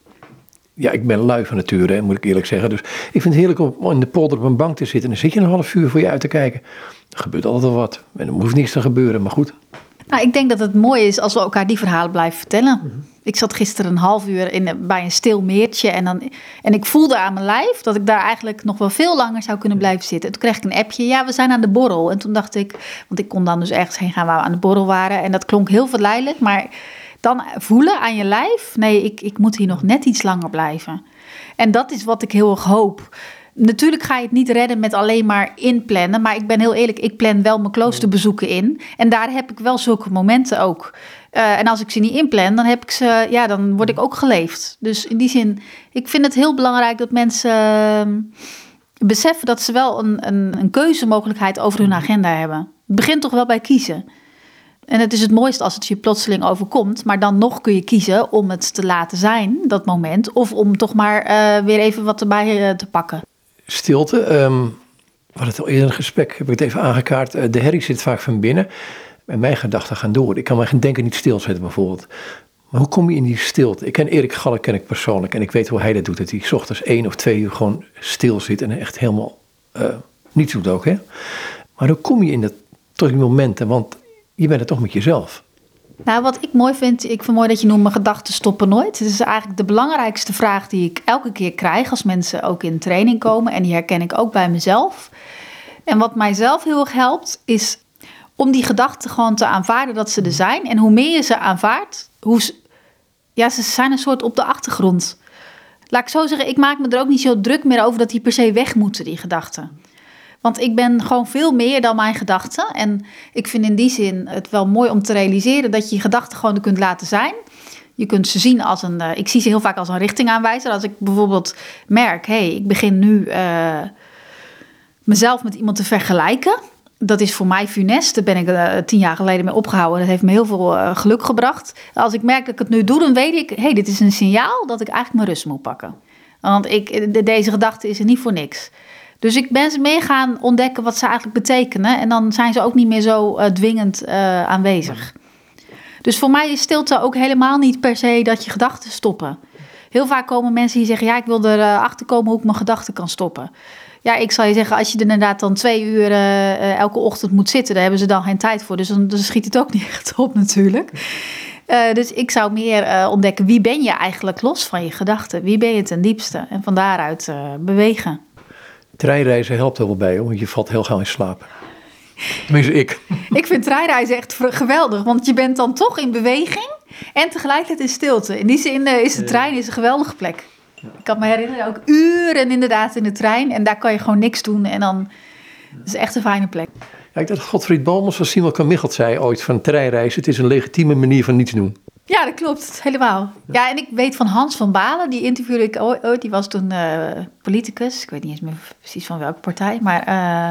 ja, ik ben lui van nature, hè, moet ik eerlijk zeggen. Dus ik vind het heerlijk om in de polder op een bank te zitten. En dan zit je een half uur voor je uit te kijken. Er gebeurt altijd wel wat. En er hoeft niks te gebeuren, maar goed. Nou, ik denk dat het mooi is als we elkaar die verhalen blijven vertellen. Mm-hmm. Ik zat gisteren een half uur in, bij een stil meertje. En, dan, en ik voelde aan mijn lijf dat ik daar eigenlijk nog wel veel langer zou kunnen blijven zitten. En toen kreeg ik een appje, ja, we zijn aan de borrel. En toen dacht ik, want ik kon dan dus ergens heen gaan waar we aan de borrel waren. En dat klonk heel verleidelijk, maar dan voelen aan je lijf, nee, ik, ik moet hier nog net iets langer blijven. En dat is wat ik heel erg hoop. Natuurlijk ga je het niet redden met alleen maar inplannen. Maar ik ben heel eerlijk, ik plan wel mijn kloosterbezoeken in. En daar heb ik wel zulke momenten ook. Uh, en als ik ze niet inplan, dan heb ik ze, ja, dan word ik ook geleefd. Dus in die zin, ik vind het heel belangrijk dat mensen uh, beseffen dat ze wel een, een, een keuzemogelijkheid over hun agenda hebben. Het begint toch wel bij kiezen. En het is het mooiste als het je plotseling overkomt. Maar dan nog kun je kiezen om het te laten zijn, dat moment. Of om toch maar uh, weer even wat erbij uh, te pakken. Stilte. Um, we hadden het al eerder in een gesprek, heb ik het even aangekaart. Uh, de herrie zit vaak van binnen. En mijn gedachten gaan door. Ik kan mijn denken niet stilzetten bijvoorbeeld. Maar hoe kom je in die stilte? Ik ken Erik Gallen ken ik persoonlijk. En ik weet hoe hij dat doet. Dat hij 's ochtends één of twee uur gewoon stil zit. En echt helemaal uh, niets doet ook. Hè? Maar hoe kom je in dat, tot die momenten? Want je bent het toch met jezelf. Nou, wat ik mooi vind, ik vind mooi dat je noemt mijn gedachten stoppen nooit. Het is eigenlijk de belangrijkste vraag die ik elke keer krijg als mensen ook in training komen. En die herken ik ook bij mezelf. En wat mijzelf heel erg helpt, is om die gedachten gewoon te aanvaarden dat ze er zijn. En hoe meer je ze aanvaardt, hoe ze, ja, ze zijn een soort op de achtergrond. Laat ik zo zeggen, ik maak me er ook niet zo druk meer over dat die per se weg moeten, die gedachten. Want ik ben gewoon veel meer dan mijn gedachten. En ik vind in die zin het wel mooi om te realiseren dat je je gedachten gewoon er kunt laten zijn. Je kunt ze zien als een, uh, ik zie ze heel vaak als een richtingaanwijzer. Als ik bijvoorbeeld merk, hé, hey, ik begin nu uh, mezelf met iemand te vergelijken. Dat is voor mij funest. Daar ben ik uh, tien jaar geleden mee opgehouden. Dat heeft me heel veel uh, geluk gebracht. Als ik merk dat ik het nu doe, dan weet ik, hé, hey, dit is een signaal dat ik eigenlijk mijn rust moet pakken. Want ik, de, deze gedachte is er niet voor niks. Dus ik ben ze mee gaan ontdekken wat ze eigenlijk betekenen. En dan zijn ze ook niet meer zo uh, dwingend uh, aanwezig. Dus voor mij is stilte ook helemaal niet per se dat je gedachten stoppen. Heel vaak komen mensen die zeggen, ja, ik wil erachter komen hoe ik mijn gedachten kan stoppen. Ja, ik zal je zeggen, als je er inderdaad dan twee uur uh, elke ochtend moet zitten, daar hebben ze dan geen tijd voor. Dus dan, dan schiet het ook niet echt op natuurlijk. Uh, dus ik zou meer uh, ontdekken, wie ben je eigenlijk los van je gedachten? Wie ben je ten diepste? En van daaruit uh, bewegen. Treinreizen helpt er wel bij, hoor, want je valt heel gauw in slaap. Tenminste, ik. Ik vind treinreizen echt geweldig, want je bent dan toch in beweging en tegelijkertijd in stilte. In die zin uh, is de trein is een geweldige plek. Ja. Ik kan me herinneren, ook uren inderdaad in de trein en daar kan je gewoon niks doen en dan is het echt een fijne plek. Ja, ik dacht dat Godfried Balmers van Simon Kamichelt zei ooit van treinreizen, het is een legitieme manier van niets doen. Ja, dat klopt. Helemaal. Ja, en ik weet van Hans van Balen, die interviewde ik ooit. Die was toen uh, politicus. Ik weet niet eens meer precies van welke partij. Maar uh,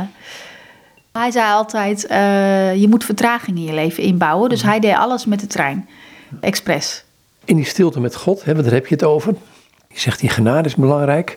hij zei altijd, uh, je moet vertraging in je leven inbouwen. Dus hij deed alles met de trein. Expres. In die stilte met God, hè, want daar heb je het over. Je zegt, die genade is belangrijk.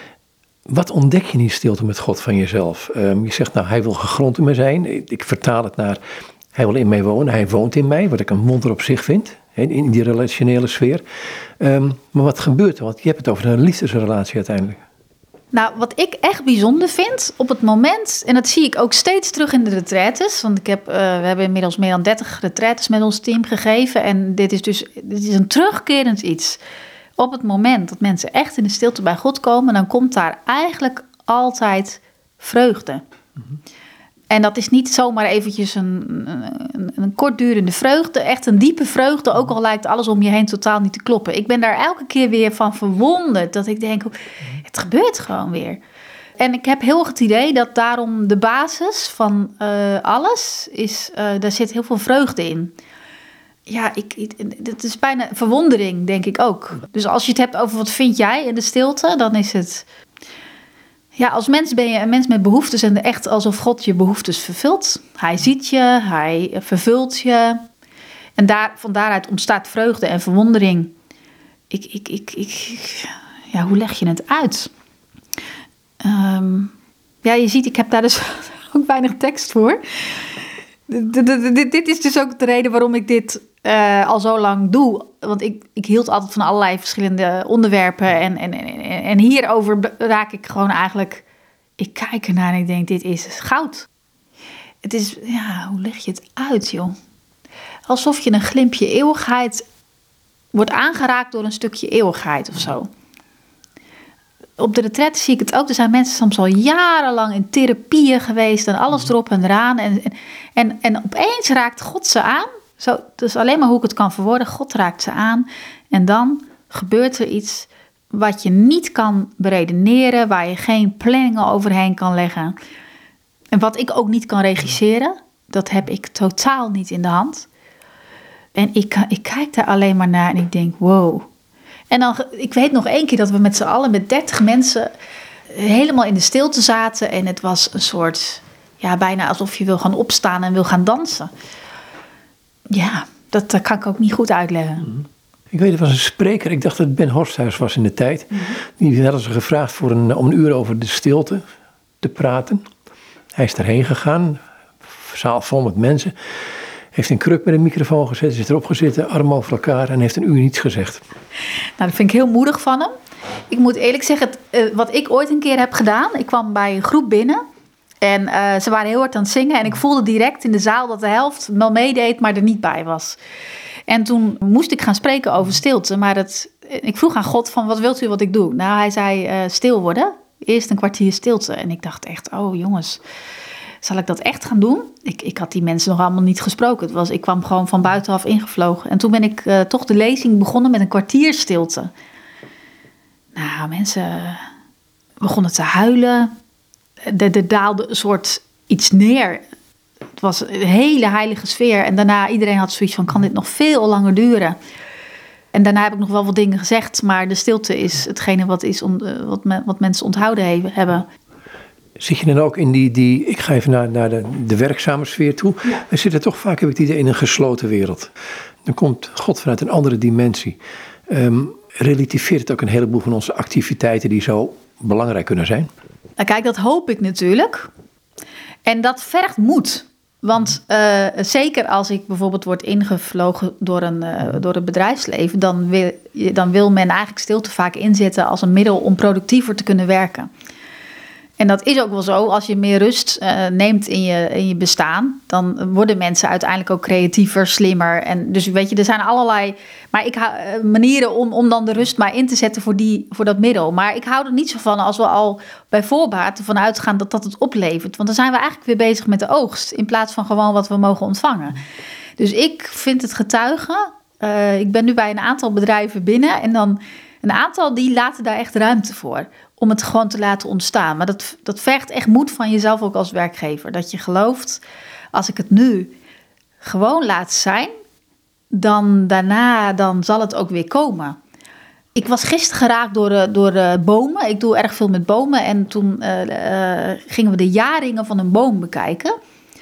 Wat ontdek je in die stilte met God van jezelf? Um, je zegt, nou, hij wil gegrond in me zijn. Ik vertaal het naar, hij wil in mij wonen. Hij woont in mij, wat ik een wonder op zich vind. In die relationele sfeer. Um, maar wat gebeurt er? Want je hebt het over een liefdesrelatie uiteindelijk. Nou, wat ik echt bijzonder vind op het moment, en dat zie ik ook steeds terug in de retraites, want ik heb, uh, we hebben inmiddels meer dan dertig retraites met ons team gegeven en dit is dus dit is een terugkerend iets. Op het moment dat mensen echt in de stilte bij God komen, dan komt daar eigenlijk altijd vreugde. Mm-hmm. En dat is niet zomaar eventjes een, een, een kortdurende vreugde, echt een diepe vreugde, ook al lijkt alles om je heen totaal niet te kloppen. Ik ben daar elke keer weer van verwonderd, dat ik denk, het gebeurt gewoon weer. En ik heb heel erg het idee dat daarom de basis van uh, alles is, uh, daar zit heel veel vreugde in. Ja, ik, het is bijna verwondering, denk ik ook. Dus als je het hebt over wat vind jij in de stilte, dan is het... Ja, als mens ben je een mens met behoeftes en echt alsof God je behoeftes vervult. Hij ziet je, hij vervult je. En daar, van daaruit ontstaat vreugde en verwondering. Ik, ik, ik, ik, ja, hoe leg je het uit? Um, ja, je ziet, ik heb daar dus ook ook weinig tekst voor. Dit is dus ook de reden waarom ik dit uh, al zo lang doe. Want ik, ik hield altijd van allerlei verschillende onderwerpen. En, en, en, en hierover raak ik gewoon eigenlijk... Ik kijk ernaar en ik denk, dit is goud. Het is, ja, hoe leg je het uit, joh? Alsof je een glimpje eeuwigheid wordt aangeraakt door een stukje eeuwigheid of zo. Op de retraite zie ik het ook. Er zijn mensen soms al jarenlang in therapieën geweest en alles erop en eraan. En, en, en opeens raakt God ze aan. Zo, dus alleen maar hoe ik het kan verwoorden. God raakt ze aan. En dan gebeurt er iets wat je niet kan beredeneren, waar je geen planningen overheen kan leggen. En wat ik ook niet kan regisseren, dat heb ik totaal niet in de hand. En ik, ik kijk daar alleen maar naar en ik denk, wow. En dan, ik weet nog één keer dat we met z'n allen, met dertig mensen, helemaal in de stilte zaten. En het was een soort, ja, bijna alsof je wil gaan opstaan en wil gaan dansen. Ja, dat, dat kan ik ook niet goed uitleggen. Mm-hmm. Ik weet, er was een spreker, ik dacht dat het Ben Horsthuis was in de tijd. Mm-hmm. Die hadden ze gevraagd voor een, om een uur over de stilte te praten. Hij is daarheen gegaan, zaal vol met mensen. Heeft een kruk met een microfoon gezet, zit erop gezeten, armen over elkaar en heeft een uur niets gezegd. Nou, dat vind ik heel moedig van hem. Ik moet eerlijk zeggen, het, uh, wat ik ooit een keer heb gedaan, ik kwam bij een groep binnen en uh, ze waren heel hard aan het zingen en ik voelde direct in de zaal dat de helft wel meedeed, maar er niet bij was. En toen moest ik gaan spreken over stilte, maar het, ik vroeg aan God van, wat wilt u wat ik doe? Nou, hij zei uh, stil worden, eerst een kwartier stilte. En ik dacht echt, oh jongens, zal ik dat echt gaan doen? Ik, ik had die mensen nog allemaal niet gesproken. Het was, ik kwam gewoon van buitenaf ingevlogen. En toen ben ik uh, toch de lezing begonnen met een kwartier stilte. Nou, mensen begonnen te huilen. Er, er daalde een soort iets neer. Het was een hele heilige sfeer. En daarna, iedereen had zoiets van, kan dit nog veel langer duren? En daarna heb ik nog wel wat dingen gezegd. Maar de stilte is hetgene wat, is om, wat, me, wat mensen onthouden hebben. Zit je dan ook in die, die ik ga even naar, naar de, de werkzame sfeer toe. Ja. We zitten toch vaak, heb ik het idee, in een gesloten wereld. Dan komt God vanuit een andere dimensie. Um, relativeert het ook een heleboel van onze activiteiten die zo belangrijk kunnen zijn? Nou kijk, dat hoop ik natuurlijk. En dat vergt moed. Want uh, zeker als ik bijvoorbeeld word ingevlogen door een, uh, door het bedrijfsleven, dan wil, dan wil men eigenlijk stilte vaak inzetten als een middel om productiever te kunnen werken. En dat is ook wel zo, als je meer rust uh, neemt in je, in je bestaan, dan worden mensen uiteindelijk ook creatiever, slimmer. En dus weet je, er zijn allerlei maar ik hou, uh, manieren om, om dan de rust maar in te zetten voor, die, voor dat middel. Maar ik hou er niet zo van als we al bij voorbaat ervan uitgaan dat dat het oplevert. Want dan zijn we eigenlijk weer bezig met de oogst, in plaats van gewoon wat we mogen ontvangen. Dus ik vind het getuigen. Uh, ik ben nu bij een aantal bedrijven binnen en dan een aantal die laten daar echt ruimte voor. Om het gewoon te laten ontstaan. Maar dat, dat vergt echt moed van jezelf ook als werkgever. Dat je gelooft, als ik het nu gewoon laat zijn, dan daarna dan zal het ook weer komen. Ik was gisteren geraakt door, uh, door uh, bomen. Ik doe erg veel met bomen. En toen uh, uh, gingen we de jaringen van een boom bekijken.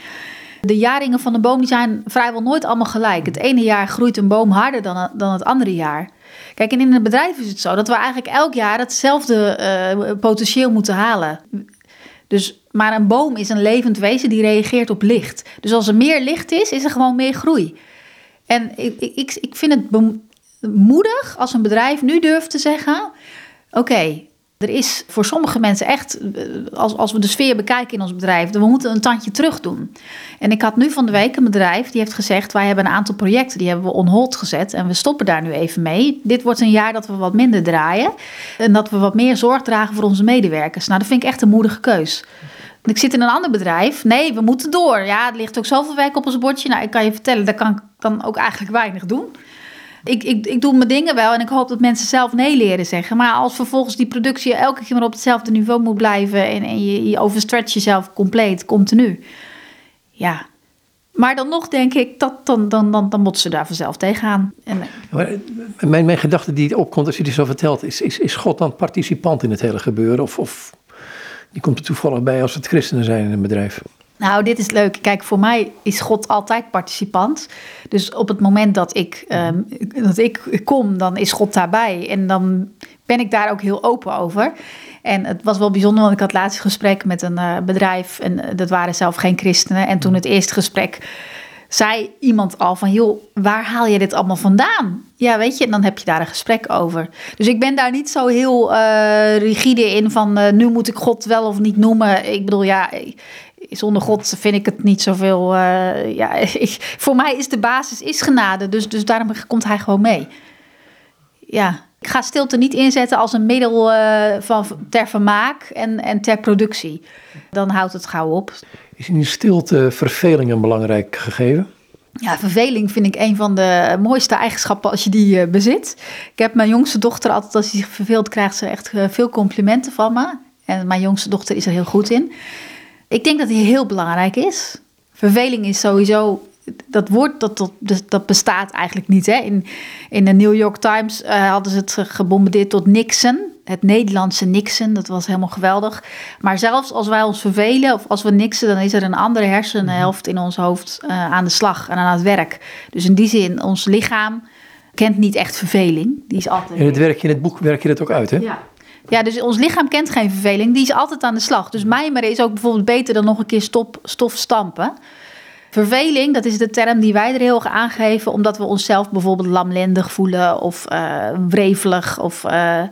De jaringen van een boom die zijn vrijwel nooit allemaal gelijk. Het ene jaar groeit een boom harder dan, dan het andere jaar. Kijk, en in het bedrijf is het zo dat we eigenlijk elk jaar hetzelfde uh, potentieel moeten halen. Dus, maar een boom is een levend wezen die reageert op licht. Dus als er meer licht is, is er gewoon meer groei. En ik, ik, ik vind het bemoedig als een bedrijf nu durft te zeggen, oké, okay, er is voor sommige mensen echt, als, als we de sfeer bekijken in ons bedrijf, we moeten een tandje terug doen. En ik had nu van de week een bedrijf die heeft gezegd, wij hebben een aantal projecten, die hebben we on hold gezet en we stoppen daar nu even mee. Dit wordt een jaar dat we wat minder draaien en dat we wat meer zorg dragen voor onze medewerkers. Nou, dat vind ik echt een moedige keus. Ik zit in een ander bedrijf. Nee, we moeten door. Ja, er ligt ook zoveel werk op ons bordje. Nou, ik kan je vertellen, daar kan ik dan ook eigenlijk weinig doen. Ik, ik, ik doe mijn dingen wel en ik hoop dat mensen zelf nee leren zeggen. Maar als vervolgens die productie elke keer maar op hetzelfde niveau moet blijven en, en je, je overstretch jezelf compleet, continu. Ja, maar dan nog denk ik, dat, dan, dan, dan, dan moeten ze daar vanzelf tegenaan. En, maar mijn, mijn gedachte die opkomt als je dit zo vertelt, is, is, is God dan participant in het hele gebeuren? Of, of die komt er toevallig bij als het christenen zijn in een bedrijf? Nou, dit is leuk. Kijk, voor mij is God altijd participant. Dus op het moment dat ik, um, dat ik kom, dan is God daarbij. En dan ben ik daar ook heel open over. En het was wel bijzonder, want ik had laatst een gesprek met een uh, bedrijf. En uh, dat waren zelf geen christenen. En toen het eerste gesprek zei iemand al van, joh, waar haal je dit allemaal vandaan? Ja, weet je, en dan heb je daar een gesprek over. Dus ik ben daar niet zo heel uh, rigide in van, uh, nu moet ik God wel of niet noemen. Ik bedoel, ja, zonder God vind ik het niet zoveel. Uh, ja, ik, voor mij is de basis is genade, dus, dus daarom komt hij gewoon mee. Ja, ik ga stilte niet inzetten als een middel uh, van, ter vermaak en, en ter productie. Dan houdt het gauw op. Is in die stilte verveling een belangrijk gegeven? Ja, verveling vind ik een van de mooiste eigenschappen als je die uh, bezit. Ik heb mijn jongste dochter altijd, als hij zich verveelt, krijgt ze echt uh, veel complimenten van me. En mijn jongste dochter is er heel goed in. Ik denk dat die heel belangrijk is. Verveling is sowieso, dat woord dat, dat, dat bestaat eigenlijk niet. Hè? In, in de New York Times uh, hadden ze het gebombardeerd tot Nixon. Het Nederlandse Nixon, dat was helemaal geweldig. Maar zelfs als wij ons vervelen of als we niksen, dan is er een andere hersenhelft in ons hoofd uh, aan de slag en aan het werk. Dus in die zin, ons lichaam kent niet echt verveling. Die is altijd... In het werkje, in het boek werk je dat ook uit, hè? Ja. Ja, dus ons lichaam kent geen verveling. Die is altijd aan de slag. Dus mijmeren is ook bijvoorbeeld beter dan nog een keer stop, stof stampen. Verveling, dat is de term die wij er heel erg aangeven, omdat we onszelf bijvoorbeeld lamlendig voelen of uh, wrevelig of uh,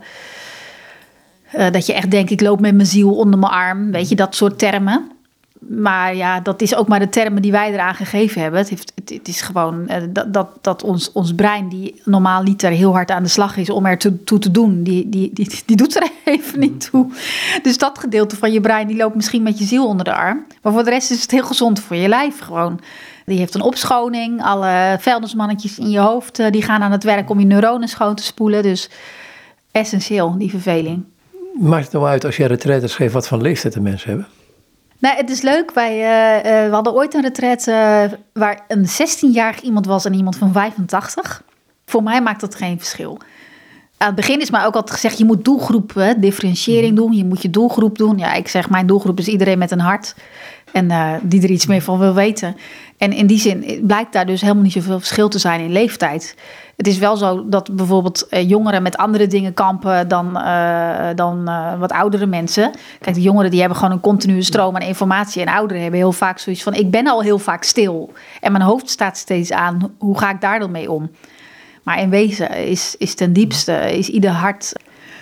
uh, dat je echt denkt, ik loop met mijn ziel onder mijn arm. Weet je, dat soort termen. Maar ja, dat is ook maar de termen die wij eraan gegeven hebben. Het, heeft, het, het is gewoon uh, dat, dat, dat ons, ons brein, die normaal niet er heel hard aan de slag is om er toe, toe te doen, die, die, die, die doet er even niet toe. Dus dat gedeelte van je brein, die loopt misschien met je ziel onder de arm. Maar voor de rest is het heel gezond voor je lijf gewoon. Die heeft een opschoning. Alle vuilnismannetjes in je hoofd, uh, die gaan aan het werk om je neuronen schoon te spoelen. Dus essentieel, die verveling. Maakt het nou uit als jij retraites geeft wat voor leeftijd de mensen hebben? Nou, het is leuk. Wij uh, we hadden ooit een retraite uh, waar een zestienjarig iemand was en iemand van vijfentachtig. Voor mij maakt dat geen verschil. Aan het begin is mij ook altijd gezegd, je moet doelgroep, hè, differentiëring doen. Je moet je doelgroep doen. Ja, ik zeg, mijn doelgroep is iedereen met een hart. En uh, die er iets meer van wil weten. En in die zin blijkt daar dus helemaal niet zoveel verschil te zijn in leeftijd. Het is wel zo dat bijvoorbeeld uh, jongeren met andere dingen kampen dan, uh, dan uh, wat oudere mensen. Kijk, de jongeren die hebben gewoon een continue stroom aan informatie. En ouderen hebben heel vaak zoiets van, ik ben al heel vaak stil. En mijn hoofd staat steeds aan. Hoe ga ik daar dan mee om? Maar in wezen is, is ten diepste, is ieder hart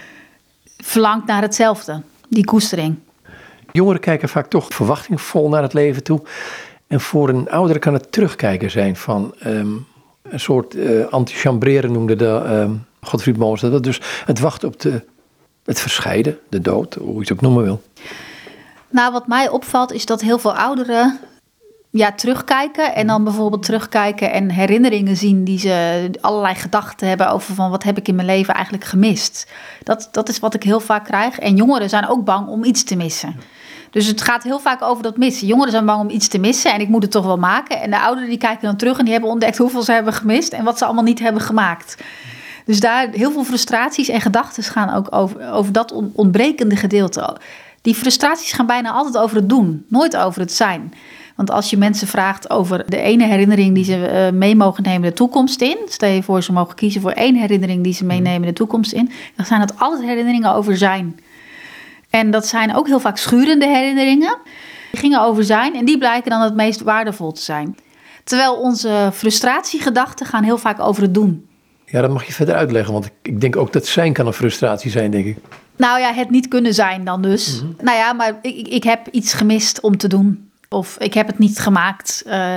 verlangt naar hetzelfde. Die koestering. Jongeren kijken vaak toch verwachtingvol naar het leven toe. En voor een oudere kan het terugkijken zijn van um, een soort uh, antichambreren noemde de um, Godfried Molens. Dat dus het wachten op de, het verscheiden, de dood, hoe je het ook noemen wil. Nou, wat mij opvalt is dat heel veel ouderen ja, terugkijken. En dan bijvoorbeeld terugkijken en herinneringen zien die ze allerlei gedachten hebben over van wat heb ik in mijn leven eigenlijk gemist. Dat, dat is wat ik heel vaak krijg. En jongeren zijn ook bang om iets te missen. Dus het gaat heel vaak over dat missen. Jongeren zijn bang om iets te missen en ik moet het toch wel maken. En de ouderen die kijken dan terug en die hebben ontdekt hoeveel ze hebben gemist en wat ze allemaal niet hebben gemaakt. Dus daar heel veel frustraties en gedachten gaan ook over, over dat ontbrekende gedeelte. Die frustraties gaan bijna altijd over het doen, nooit over het zijn. Want als je mensen vraagt over de ene herinnering die ze uh, mee mogen nemen de toekomst in. Stel je voor, ze mogen kiezen voor één herinnering die ze meenemen de toekomst in. Dan zijn het altijd herinneringen over zijn. En dat zijn ook heel vaak schurende herinneringen. Die gingen over zijn en die blijken dan het meest waardevol te zijn. Terwijl onze frustratiegedachten gaan heel vaak over het doen. Ja, dat mag je verder uitleggen, want ik denk ook dat zijn kan een frustratie zijn, denk ik. Nou ja, het niet kunnen zijn dan dus. Mm-hmm. Nou ja, maar ik, ik heb iets gemist om te doen. Of ik heb het niet gemaakt. Uh,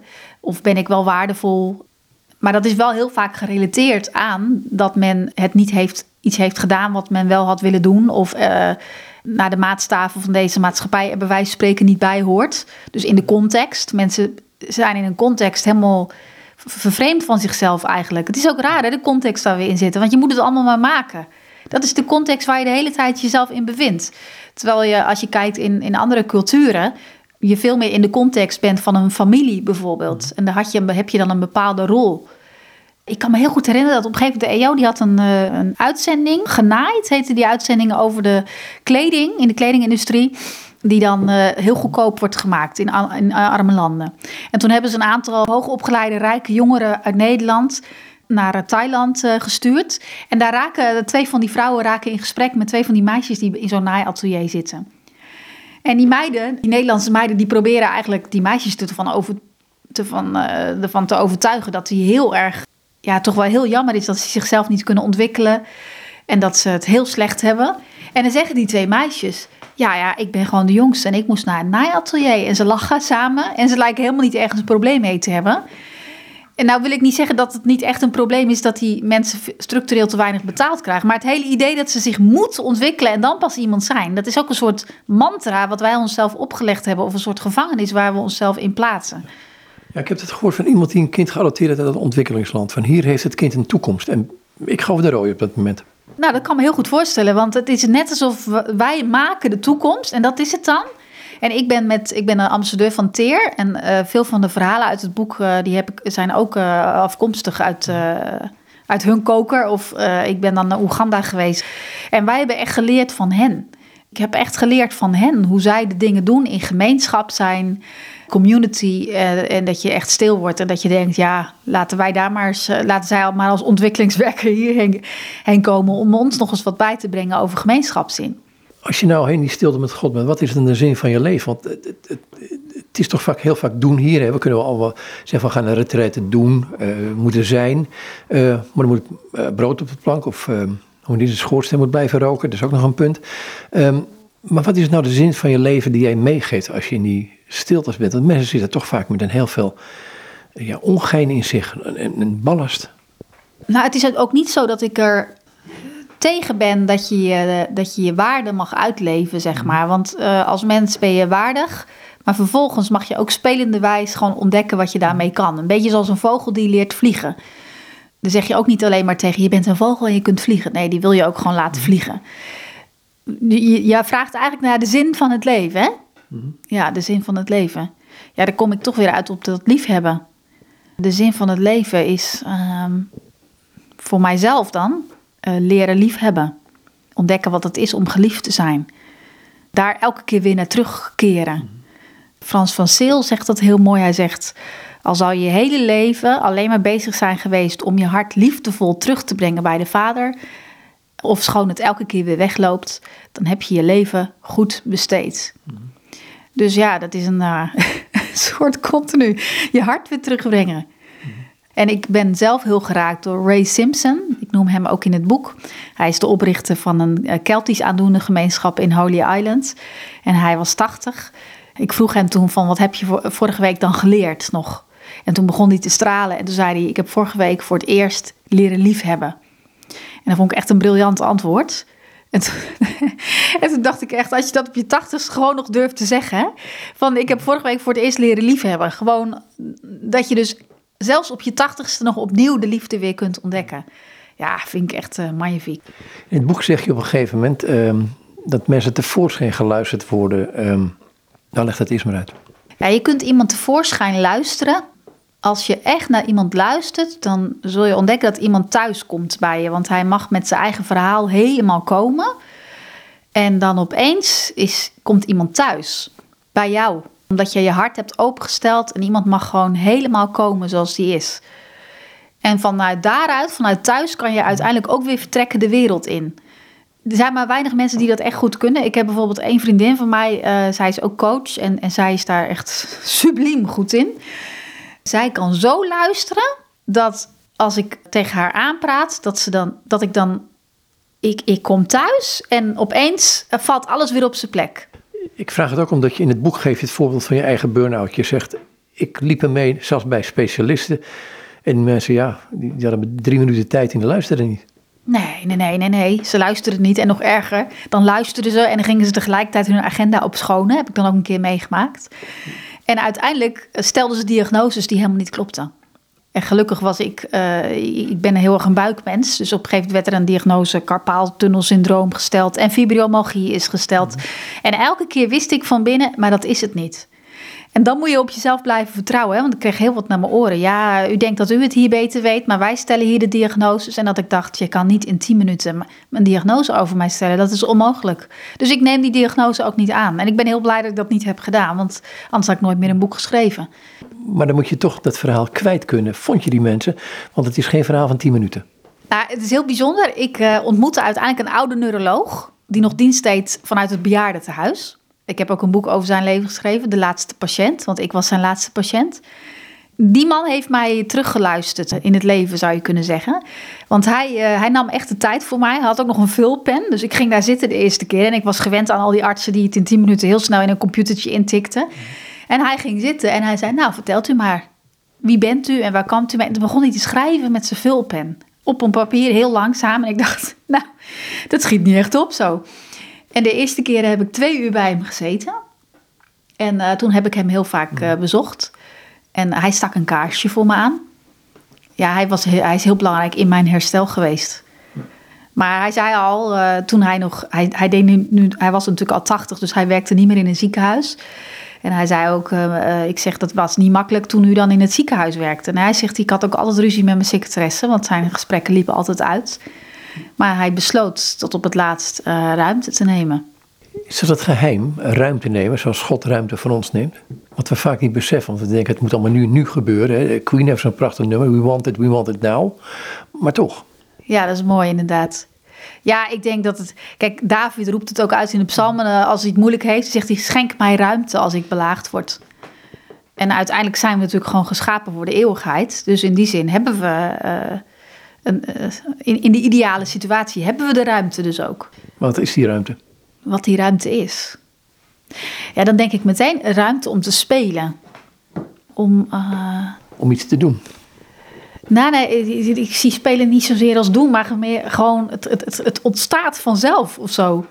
of ben ik wel waardevol. Maar dat is wel heel vaak gerelateerd aan dat men het niet heeft, iets heeft gedaan wat men wel had willen doen. Of uh, naar de maatstaven van deze maatschappij er bij wijze van spreken niet bij hoort. Dus in de context. Mensen zijn in een context helemaal vervreemd van zichzelf eigenlijk. Het is ook raar, hè, de context waar we in zitten. Want je moet het allemaal maar maken. Dat is de context waar je de hele tijd jezelf in bevindt. Terwijl je, als je kijkt in, in andere culturen, je veel meer in de context bent van een familie bijvoorbeeld. En daar had je, heb je dan een bepaalde rol. Ik kan me heel goed herinneren dat op een gegeven moment de E O die had een, uh, een uitzending, Genaaid heette die uitzending over de kleding, in de kledingindustrie, die dan uh, heel goedkoop wordt gemaakt in, in arme landen. En toen hebben ze een aantal hoogopgeleide rijke jongeren uit Nederland naar Thailand uh, gestuurd. En daar raken twee van die vrouwen raken in gesprek met twee van die meisjes die in zo'n naaiatelier zitten. En die meiden, die Nederlandse meiden, die proberen eigenlijk die meisjes ervan, over, te, van, uh, ervan te overtuigen dat die heel erg, ja, toch wel heel jammer is dat ze zichzelf niet kunnen ontwikkelen. En dat ze het heel slecht hebben. En dan zeggen die twee meisjes, ja, ja, ik ben gewoon de jongste en ik moest naar een naaiatelier. En ze lachen samen en ze lijken helemaal niet ergens een probleem mee te hebben. En nou wil ik niet zeggen dat het niet echt een probleem is dat die mensen structureel te weinig betaald krijgen. Maar het hele idee dat ze zich moeten ontwikkelen en dan pas iemand zijn. Dat is ook een soort mantra wat wij onszelf opgelegd hebben. Of een soort gevangenis waar we onszelf in plaatsen. Ja, ik heb het gehoord van iemand die een kind geadopteerd heeft uit een ontwikkelingsland. Van hier heeft het kind een toekomst. En ik gaf de rode op dat moment. Nou, dat kan me heel goed voorstellen. Want het is net alsof wij maken de toekomst. En dat is het dan. En ik ben, met, ik ben een ambassadeur van Teer. En uh, veel van de verhalen uit het boek uh, die heb ik, zijn ook uh, afkomstig uit, uh, uit hun koker. Of uh, ik ben dan naar Oeganda geweest. En wij hebben echt geleerd van hen. Ik heb echt geleerd van hen hoe zij de dingen doen in gemeenschap zijn, community. Uh, en dat je echt stil wordt en dat je denkt, ja, laten wij daar maar eens, uh, laten zij maar als ontwikkelingswerker hierheen heen komen om ons nog eens wat bij te brengen over gemeenschapszin. Als je nou in die stilte met God bent, wat is dan de zin van je leven? Want het, het, het, het is toch vaak, heel vaak doen hier. Hè? We kunnen wel allemaal zeggen van gaan naar retraite doen, uh, moeten zijn. Uh, maar er moet uh, brood op de plank of uh, hoe niet de schoorsteen moet blijven roken. Dat is ook nog een punt. Um, maar wat is nou de zin van je leven die jij meegeeft als je in die stiltes bent? Want mensen zitten toch vaak met een heel veel ja, ongein in zich, een, een ballast. Nou, het is ook niet zo dat ik er tegen ben dat je je, dat je, je waarde mag uitleven, zeg maar. Want uh, als mens ben je waardig, maar vervolgens mag je ook spelenderwijs gewoon ontdekken wat je daarmee kan. Een beetje zoals een vogel die leert vliegen. Dan zeg je ook niet alleen maar tegen je bent een vogel en je kunt vliegen. Nee, die wil je ook gewoon laten vliegen. Je, je vraagt eigenlijk naar de zin van het leven, hè? Mm-hmm. Ja, de zin van het leven. Ja, daar kom ik toch weer uit op dat liefhebben. De zin van het leven is um, voor mijzelf dan uh, leren liefhebben. Ontdekken wat het is om geliefd te zijn. Daar elke keer weer naar terugkeren. Mm-hmm. Frans van Seel zegt dat heel mooi. Hij zegt, al zou je hele leven alleen maar bezig zijn geweest om je hart liefdevol terug te brengen bij de Vader, of schoon het elke keer weer wegloopt, dan heb je je leven goed besteed. Mm. Dus ja, dat is een uh, soort continu je hart weer terugbrengen. Mm. En ik ben zelf heel geraakt door Ray Simpson. Ik noem hem ook in het boek. Hij is de oprichter van een uh, Keltisch aandoende gemeenschap in Holy Island. En hij was tachtig. Ik vroeg hem toen van, wat heb je vorige week dan geleerd nog? En toen begon hij te stralen. En toen zei hij, ik heb vorige week voor het eerst leren liefhebben. En dat vond ik echt een briljant antwoord. En toen, en toen dacht ik echt, als je dat op je tachtigste gewoon nog durft te zeggen. Hè? Van, ik heb vorige week voor het eerst leren liefhebben. Gewoon dat je dus zelfs op je tachtigste nog opnieuw de liefde weer kunt ontdekken. Ja, vind ik echt uh, magnifiek. In het boek zeg je op een gegeven moment um, dat mensen tevoorschijn geluisterd worden. Um, nou, leg dat eerst maar uit. Ja, je kunt iemand tevoorschijn luisteren. Als je echt naar iemand luistert, dan zul je ontdekken dat iemand thuis komt bij je. Want hij mag met zijn eigen verhaal helemaal komen. En dan opeens is, komt iemand thuis bij jou. Omdat je je hart hebt opengesteld en iemand mag gewoon helemaal komen zoals die is. En vanuit daaruit, vanuit thuis, kan je uiteindelijk ook weer vertrekken de wereld in. Er zijn maar weinig mensen die dat echt goed kunnen. Ik heb bijvoorbeeld één vriendin van mij, uh, zij is ook coach en, en zij is daar echt subliem goed in. Zij kan zo luisteren dat als ik tegen haar aanpraat, dat, ze dan, dat ik dan, ik, ik kom thuis en opeens valt alles weer op zijn plek. Ik vraag het ook omdat je in het boek geeft het voorbeeld van je eigen burn-out. Je zegt, ik liep ermee, zelfs bij specialisten. En mensen, ja, die, die hadden drie minuten tijd en die luisterden niet. Nee, nee, nee, nee, nee. Ze luisterden niet. En nog erger, dan luisterden ze en dan gingen ze tegelijkertijd hun agenda opschonen. Heb ik dan ook een keer meegemaakt. En uiteindelijk stelden ze diagnoses die helemaal niet klopten. En gelukkig was ik, uh, ik ben heel erg een buikmens. Dus op een gegeven moment werd er een diagnose carpaaltunnelsyndroom gesteld. En fibromyalgie is gesteld. Mm-hmm. En elke keer wist ik van binnen, maar dat is het niet. En dan moet je op jezelf blijven vertrouwen. Hè? Want ik kreeg heel wat naar mijn oren. Ja, u denkt dat u het hier beter weet, maar wij stellen hier de diagnoses. En dat ik dacht, je kan niet in tien minuten een diagnose over mij stellen. Dat is onmogelijk. Dus ik neem die diagnose ook niet aan. En ik ben heel blij dat ik dat niet heb gedaan. Want anders had ik nooit meer een boek geschreven. Maar dan moet je toch dat verhaal kwijt kunnen. Vond je die mensen? Want het is geen verhaal van tien minuten. Nou, het is heel bijzonder. Ik uh, ontmoette uiteindelijk een oude neuroloog die nog dienst deed vanuit het bejaardentehuis. Ik heb ook een boek over zijn leven geschreven, De Laatste Patiënt, want ik was zijn laatste patiënt. Die man heeft mij teruggeluisterd in het leven, zou je kunnen zeggen. Want hij, uh, hij nam echt de tijd voor mij. Hij had ook nog een vulpen, dus ik ging daar zitten de eerste keer. En ik was gewend aan al die artsen die het in tien minuten heel snel in een computertje intikten. En hij ging zitten en hij zei, nou, vertelt u maar. Wie bent u en waar komt u mee? En toen begon hij te schrijven met zijn vulpen. Op een papier, heel langzaam. En ik dacht, nou, dat schiet niet echt op zo. En de eerste keer heb ik twee uur bij hem gezeten. En uh, toen heb ik hem heel vaak uh, bezocht. En hij stak een kaarsje voor me aan. Ja, hij, was, hij is heel belangrijk in mijn herstel geweest. Maar hij zei al, uh, toen hij nog... Hij, hij, deed nu, nu, hij was natuurlijk al tachtig, dus hij werkte niet meer in een ziekenhuis. En hij zei ook, uh, ik zeg, dat was niet makkelijk toen u dan in het ziekenhuis werkte. En hij zegt, ik had ook altijd ruzie met mijn secretaresse, want zijn gesprekken liepen altijd uit. Maar hij besloot tot op het laatst uh, ruimte te nemen. Is dat het geheim, ruimte nemen, zoals God ruimte van ons neemt? Wat we vaak niet beseffen, want we denken, het moet allemaal nu, nu gebeuren. Hè? Queen heeft zo'n prachtig nummer, we want it, we want it now. Maar toch. Ja, dat is mooi inderdaad. Ja, ik denk dat het... Kijk, David roept het ook uit in de psalmen. Als hij het moeilijk heeft, zegt hij, schenk mij ruimte als ik belaagd word. En uiteindelijk zijn we natuurlijk gewoon geschapen voor de eeuwigheid. Dus in die zin hebben we... Uh, een, uh, in, in de ideale situatie hebben we de ruimte dus ook. Wat is die ruimte? Wat die ruimte is. Ja, dan denk ik meteen ruimte om te spelen. Om... Uh, om iets te doen. Nou, nee, ik, ik zie spelen niet zozeer als doen, maar meer gewoon het, het, het, het ontstaat vanzelf of zo.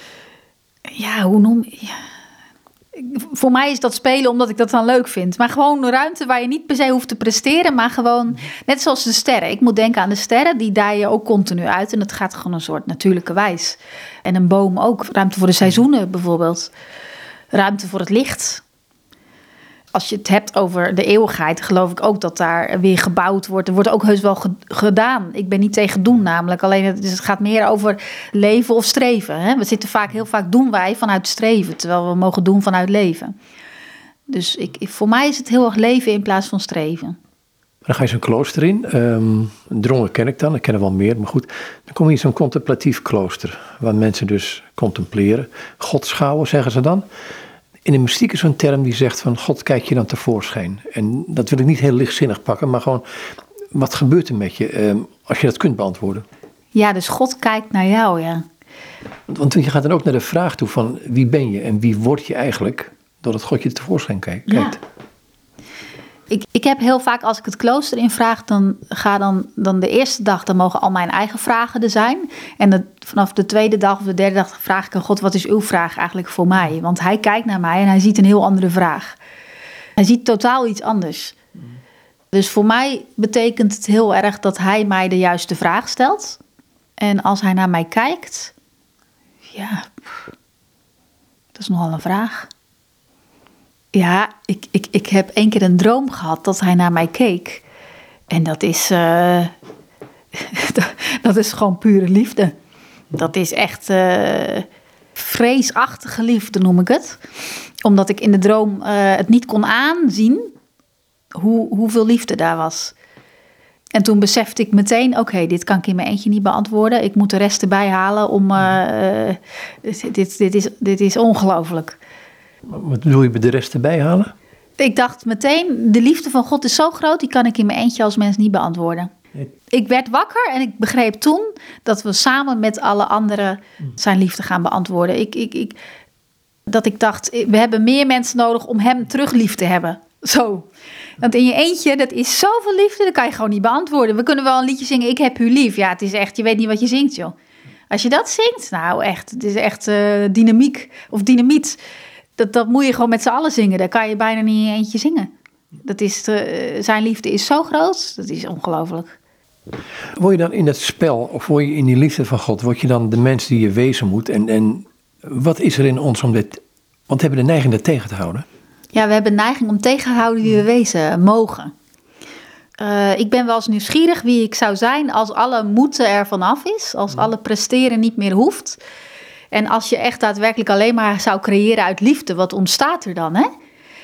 Ja, hoe noem je... Ja. Voor mij is dat spelen omdat ik dat dan leuk vind. Maar gewoon een ruimte waar je niet per se hoeft te presteren, maar gewoon net zoals de sterren. Ik moet denken aan de sterren, die dijen ook continu uit en dat gaat gewoon een soort natuurlijke wijs. En een boom ook, ruimte voor de seizoenen bijvoorbeeld. Ruimte voor het licht. Als je het hebt over de eeuwigheid, geloof ik ook dat daar weer gebouwd wordt. Er wordt ook heus wel ge- gedaan. Ik ben niet tegen doen namelijk. Alleen het, dus het gaat meer over leven of streven. Hè? We zitten vaak, heel vaak doen wij vanuit streven, terwijl we mogen doen vanuit leven. Dus ik, voor mij is het heel erg leven in plaats van streven. Dan ga je zo'n klooster in. Um, Drongen ken ik dan, ik ken er wel meer, maar goed. Dan kom je in zo'n contemplatief klooster, waar mensen dus contempleren. God schouwen, zeggen ze dan. In de mystiek is zo'n term die zegt van God kijkt je dan tevoorschijn. En dat wil ik niet heel lichtzinnig pakken, maar gewoon wat gebeurt er met je um, als je dat kunt beantwoorden? Ja, dus God kijkt naar jou, ja. Want, want je gaat dan ook naar de vraag toe van wie ben je en wie word je eigenlijk doordat God je tevoorschijn kijkt. Ja. Ik, ik heb heel vaak, als ik het klooster invraag, dan ga dan, dan de eerste dag, dan mogen al mijn eigen vragen er zijn. En de, vanaf de tweede dag of de derde dag vraag ik aan God, wat is uw vraag eigenlijk voor mij? Want hij kijkt naar mij en hij ziet een heel andere vraag. Hij ziet totaal iets anders. Mm. Dus voor mij betekent het heel erg dat hij mij de juiste vraag stelt. En als hij naar mij kijkt, ja, dat is nogal een vraag. Ja, ik, ik, ik heb één keer een droom gehad dat hij naar mij keek. En dat is, uh, dat is gewoon pure liefde. Dat is echt uh, vreesachtige liefde, noem ik het. Omdat ik in de droom uh, het niet kon aanzien hoe, hoeveel liefde daar was. En toen besefte ik meteen, oké, okay, dit kan ik in mijn eentje niet beantwoorden. Ik moet de rest erbij halen om... Uh, uh, dit, dit, is, dit is ongelooflijk. Wat bedoel je bij de rest erbij halen? Ik dacht meteen, de liefde van God is zo groot, die kan ik in mijn eentje als mens niet beantwoorden. Nee. Ik werd wakker en ik begreep toen dat we samen met alle anderen zijn liefde gaan beantwoorden. Ik, ik, ik, dat ik dacht, we hebben meer mensen nodig om hem terug lief te hebben. Zo. Want in je eentje, dat is zoveel liefde, dat kan je gewoon niet beantwoorden. We kunnen wel een liedje zingen, ik heb u lief. Ja, het is echt, je weet niet wat je zingt, joh. Als je dat zingt, nou echt, het is echt uh, dynamiek of dynamiet. Dat, dat moet je gewoon met z'n allen zingen. Daar kan je bijna niet in je eentje zingen. Dat is uh, zijn liefde is zo groot, dat is ongelooflijk. Word je dan in het spel, of word je in die liefde van God, word je dan de mens die je wezen moet? En, en wat is er in ons om dit, want we hebben de neiging dat tegen te houden. Ja, we hebben de neiging om tegen te houden wie we wezen mogen. Uh, ik ben wel eens nieuwsgierig wie ik zou zijn als alle moeten er vanaf is. Als alle presteren niet meer hoeft. En als je echt daadwerkelijk alleen maar zou creëren uit liefde, wat ontstaat er dan, hè?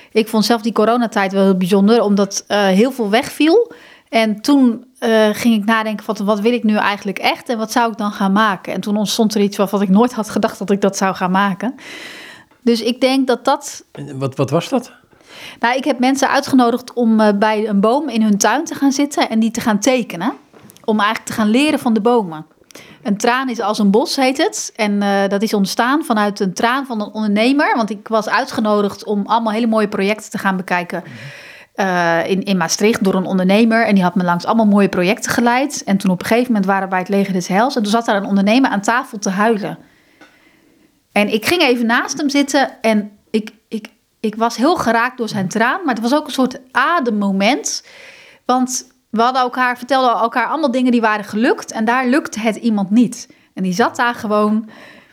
Ik vond zelf die coronatijd wel heel bijzonder, omdat uh, heel veel wegviel. En toen uh, ging ik nadenken van wat wil ik nu eigenlijk echt en wat zou ik dan gaan maken? En toen ontstond er iets waarvan ik nooit had gedacht dat ik dat zou gaan maken. Dus ik denk dat dat... Wat, wat was dat? Nou, ik heb mensen uitgenodigd om uh, bij een boom in hun tuin te gaan zitten en die te gaan tekenen. Om eigenlijk te gaan leren van de bomen. Een traan is als een bos, heet het. En uh, dat is ontstaan vanuit een traan van een ondernemer. Want ik was uitgenodigd om allemaal hele mooie projecten te gaan bekijken uh, in, in Maastricht door een ondernemer. En die had me langs allemaal mooie projecten geleid. En toen op een gegeven moment waren we bij het Leger des Heils. En toen zat daar een ondernemer aan tafel te huilen. En ik ging even naast hem zitten en ik, ik, ik was heel geraakt door zijn traan. Maar het was ook een soort ademmoment. Want we hadden elkaar, vertelden elkaar allemaal dingen die waren gelukt. En daar lukte het iemand niet. En die zat daar gewoon.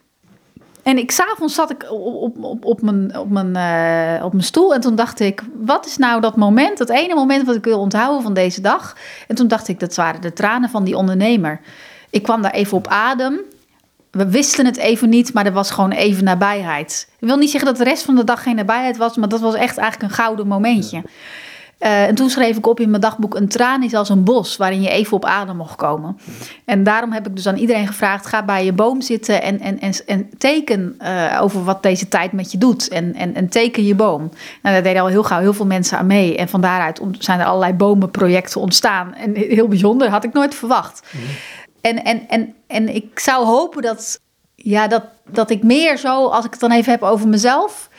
En ik, 's avonds zat ik op, op, op, op, mijn, op, mijn, uh, op mijn stoel. En toen dacht ik, wat is nou dat moment? Dat ene moment wat ik wil onthouden van deze dag. En toen dacht ik, dat waren de tranen van die ondernemer. Ik kwam daar even op adem. We wisten het even niet, maar er was gewoon even nabijheid. Ik wil niet zeggen dat de rest van de dag geen nabijheid was. Maar dat was echt eigenlijk een gouden momentje. Uh, en toen schreef ik op in mijn dagboek, een traan is als een bos waarin je even op adem mocht komen. En daarom heb ik dus aan iedereen gevraagd, ga bij je boom zitten en, en, en, en teken uh, over wat deze tijd met je doet. En, en, en teken je boom. Nou, daar deden al heel gauw heel veel mensen aan mee. En van daaruit zijn er allerlei bomenprojecten ontstaan. En heel bijzonder, had ik nooit verwacht. Mm. En, en, en, en ik zou hopen dat, ja, dat, dat ik meer zo, als ik het dan even heb over mezelf...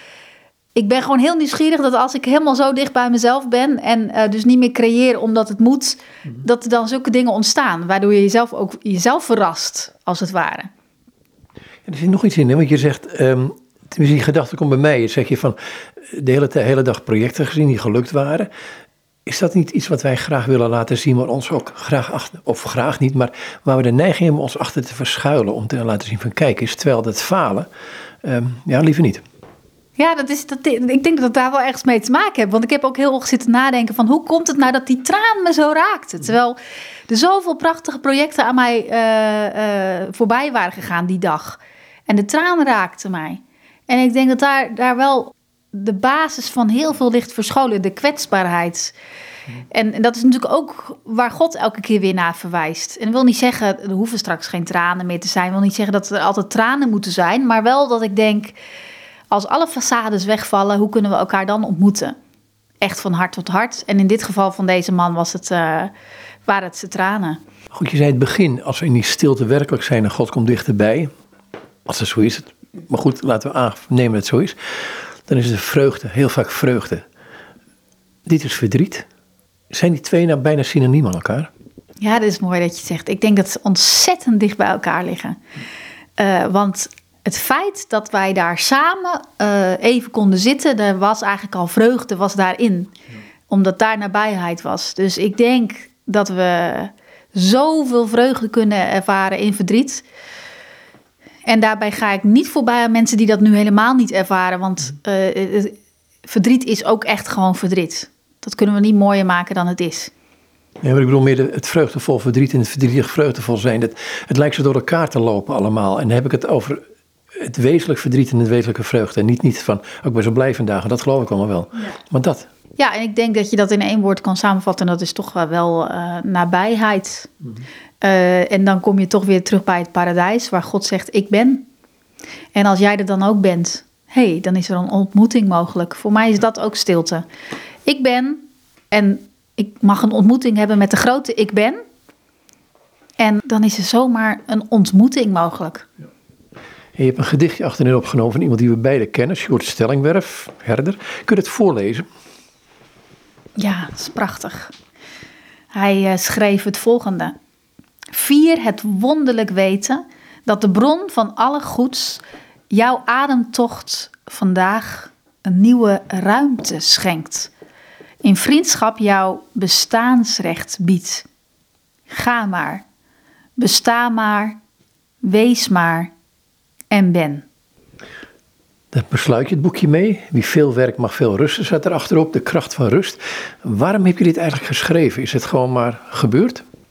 Ik ben gewoon heel nieuwsgierig dat als ik helemaal zo dicht bij mezelf ben... en uh, dus niet meer creëer omdat het moet... Mm-hmm. dat er dan zulke dingen ontstaan... waardoor je jezelf ook jezelf verrast, als het ware. Ja, er zit nog iets in, hè? Want je zegt... Um, die gedachte komt bij mij. Je zeg je van de hele, de hele dag projecten gezien die gelukt waren. Is dat niet iets wat wij graag willen laten zien... maar ons ook graag achter... of graag niet, maar waar we de neiging hebben ons achter te verschuilen... om te laten zien van kijk eens, terwijl dat falen... Um, ja, liever niet. Ja, dat is, dat, ik denk dat het daar wel ergens mee te maken heeft. Want ik heb ook heel erg zitten nadenken van... hoe komt het nou dat die traan me zo raakte? Terwijl er zoveel prachtige projecten aan mij uh, uh, voorbij waren gegaan die dag. En de traan raakte mij. En ik denk dat daar, daar wel de basis van heel veel ligt verscholen. De kwetsbaarheid. En, en dat is natuurlijk ook waar God elke keer weer naar verwijst. En ik wil niet zeggen, er hoeven straks geen tranen meer te zijn. Ik wil niet zeggen dat er altijd tranen moeten zijn. Maar wel dat ik denk... Als alle façades wegvallen, hoe kunnen we elkaar dan ontmoeten? Echt van hart tot hart. En in dit geval van deze man was het, uh, waren het zijn tranen. Goed, je zei het begin, als we in die stilte werkelijk zijn en God komt dichterbij. Als het zo is, maar goed, laten we aannemen dat het zo is. Dan is het vreugde, heel vaak vreugde. Dit is verdriet. Zijn die twee nou bijna synoniem aan elkaar? Ja, dat is mooi dat je het zegt. Ik denk dat ze ontzettend dicht bij elkaar liggen. Uh, want... Het feit dat wij daar samen uh, even konden zitten, er was eigenlijk al vreugde, was daarin. Ja. Omdat daar nabijheid was. Dus ik denk dat we zoveel vreugde kunnen ervaren in verdriet. En daarbij ga ik niet voorbij aan mensen die dat nu helemaal niet ervaren. Want uh, verdriet is ook echt gewoon verdriet. Dat kunnen we niet mooier maken dan het is. Ja, maar ik bedoel meer het vreugdevol verdriet en het verdrietig vreugdevol zijn. Dat, het lijkt zo door elkaar te lopen allemaal. En dan heb ik het over... het wezenlijk verdriet en het wezenlijke vreugde. En niet, niet van, oh, ik ben zo blij vandaag. Dat geloof ik allemaal wel. Ja. Maar dat. Ja, en ik denk dat je dat in één woord kan samenvatten. En dat is toch wel, wel uh, nabijheid. Mm-hmm. Uh, en dan kom je toch weer terug bij het paradijs. Waar God zegt, ik ben. En als jij er dan ook bent. Hé, hey, dan is er een ontmoeting mogelijk. Voor mij is dat ook stilte. Ik ben. En ik mag een ontmoeting hebben met de grote ik ben. En dan is er zomaar een ontmoeting mogelijk. Ja. En je hebt een gedichtje achterin opgenomen van iemand die we beide kennen, Sjoerd Stellingwerf, herder. Kun je het voorlezen? Ja, dat is prachtig. Hij uh, schreef het volgende. Vier het wonderlijk weten dat de bron van alle goeds jouw ademtocht vandaag een nieuwe ruimte schenkt. In vriendschap jouw bestaansrecht biedt. Ga maar, besta maar, wees maar en ben. Dan besluit je het boekje mee. Wie veel werkt mag veel rusten, staat er achterop. De kracht van rust. Waarom heb je dit eigenlijk geschreven? Is het gewoon maar gebeurd?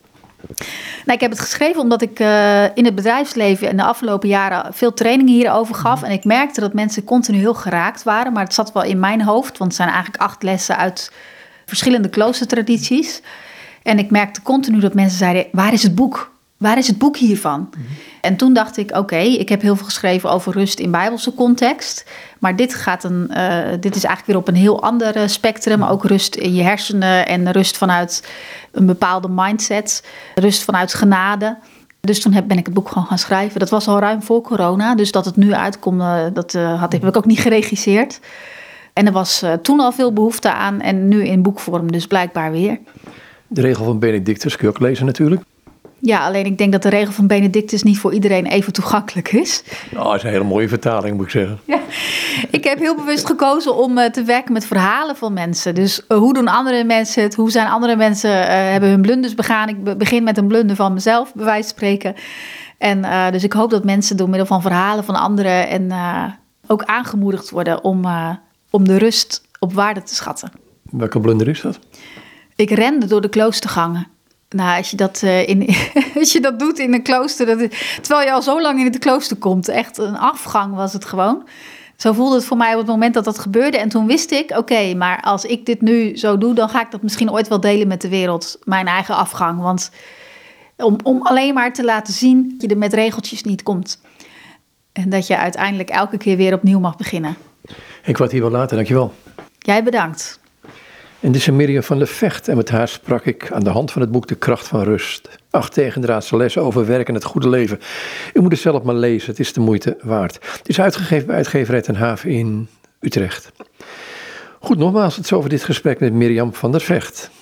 Nou, ik heb het geschreven omdat ik uh, in het bedrijfsleven in de afgelopen jaren veel trainingen hierover gaf. En ik merkte dat mensen continu heel geraakt waren. Maar het zat wel in mijn hoofd, want het zijn eigenlijk acht lessen uit verschillende kloostertradities. En ik merkte continu dat mensen zeiden, waar is het boek? Waar is het boek hiervan? Mm-hmm. En toen dacht ik, oké, okay, ik heb heel veel geschreven over rust in Bijbelse context. Maar dit, gaat een, uh, dit is eigenlijk weer op een heel ander spectrum. Ook rust in je hersenen en rust vanuit een bepaalde mindset. Rust vanuit genade. Dus toen heb, ben ik het boek gewoon gaan schrijven. Dat was al ruim voor corona. Dus dat het nu uitkomt, uh, dat uh, had, heb ik ook niet geregisseerd. En er was uh, toen al veel behoefte aan. En nu in boekvorm dus blijkbaar weer. De regel van Benedictus kun je ook lezen natuurlijk. Ja, alleen ik denk dat de regel van Benedictus niet voor iedereen even toegankelijk is. Nou, dat is een hele mooie vertaling, moet ik zeggen. Ja. Ik heb heel bewust gekozen om uh, te werken met verhalen van mensen. Dus uh, hoe doen andere mensen het? Hoe zijn andere mensen, uh, hebben hun blunders begaan? Ik be- begin met een blunder van mezelf, bij wijze van spreken. En uh, dus ik hoop dat mensen door middel van verhalen van anderen en uh, ook aangemoedigd worden om, uh, om de rust op waarde te schatten. Welke blunder is dat? Ik rende door de kloostergangen. Nou, als je dat, uh, in, als je dat doet in een klooster, dat, terwijl je al zo lang in het klooster komt, echt een afgang was het gewoon. Zo voelde het voor mij op het moment dat dat gebeurde. En toen wist ik, oké, okay, maar als ik dit nu zo doe, dan ga ik dat misschien ooit wel delen met de wereld, mijn eigen afgang. Want om, om alleen maar te laten zien dat je er met regeltjes niet komt. En dat je uiteindelijk elke keer weer opnieuw mag beginnen. Ik word hier wel later, dankjewel. Jij bedankt. En dit is Mirjam van der Vecht en met haar sprak ik aan de hand van het boek De Kracht van Rust. Acht tegendraadse lessen over werk en het goede leven. U moet het zelf maar lezen, het is de moeite waard. Het is uitgegeven bij uitgeverij Ten Haven in Utrecht. Goed, nogmaals, het is over dit gesprek met Mirjam van der Vecht.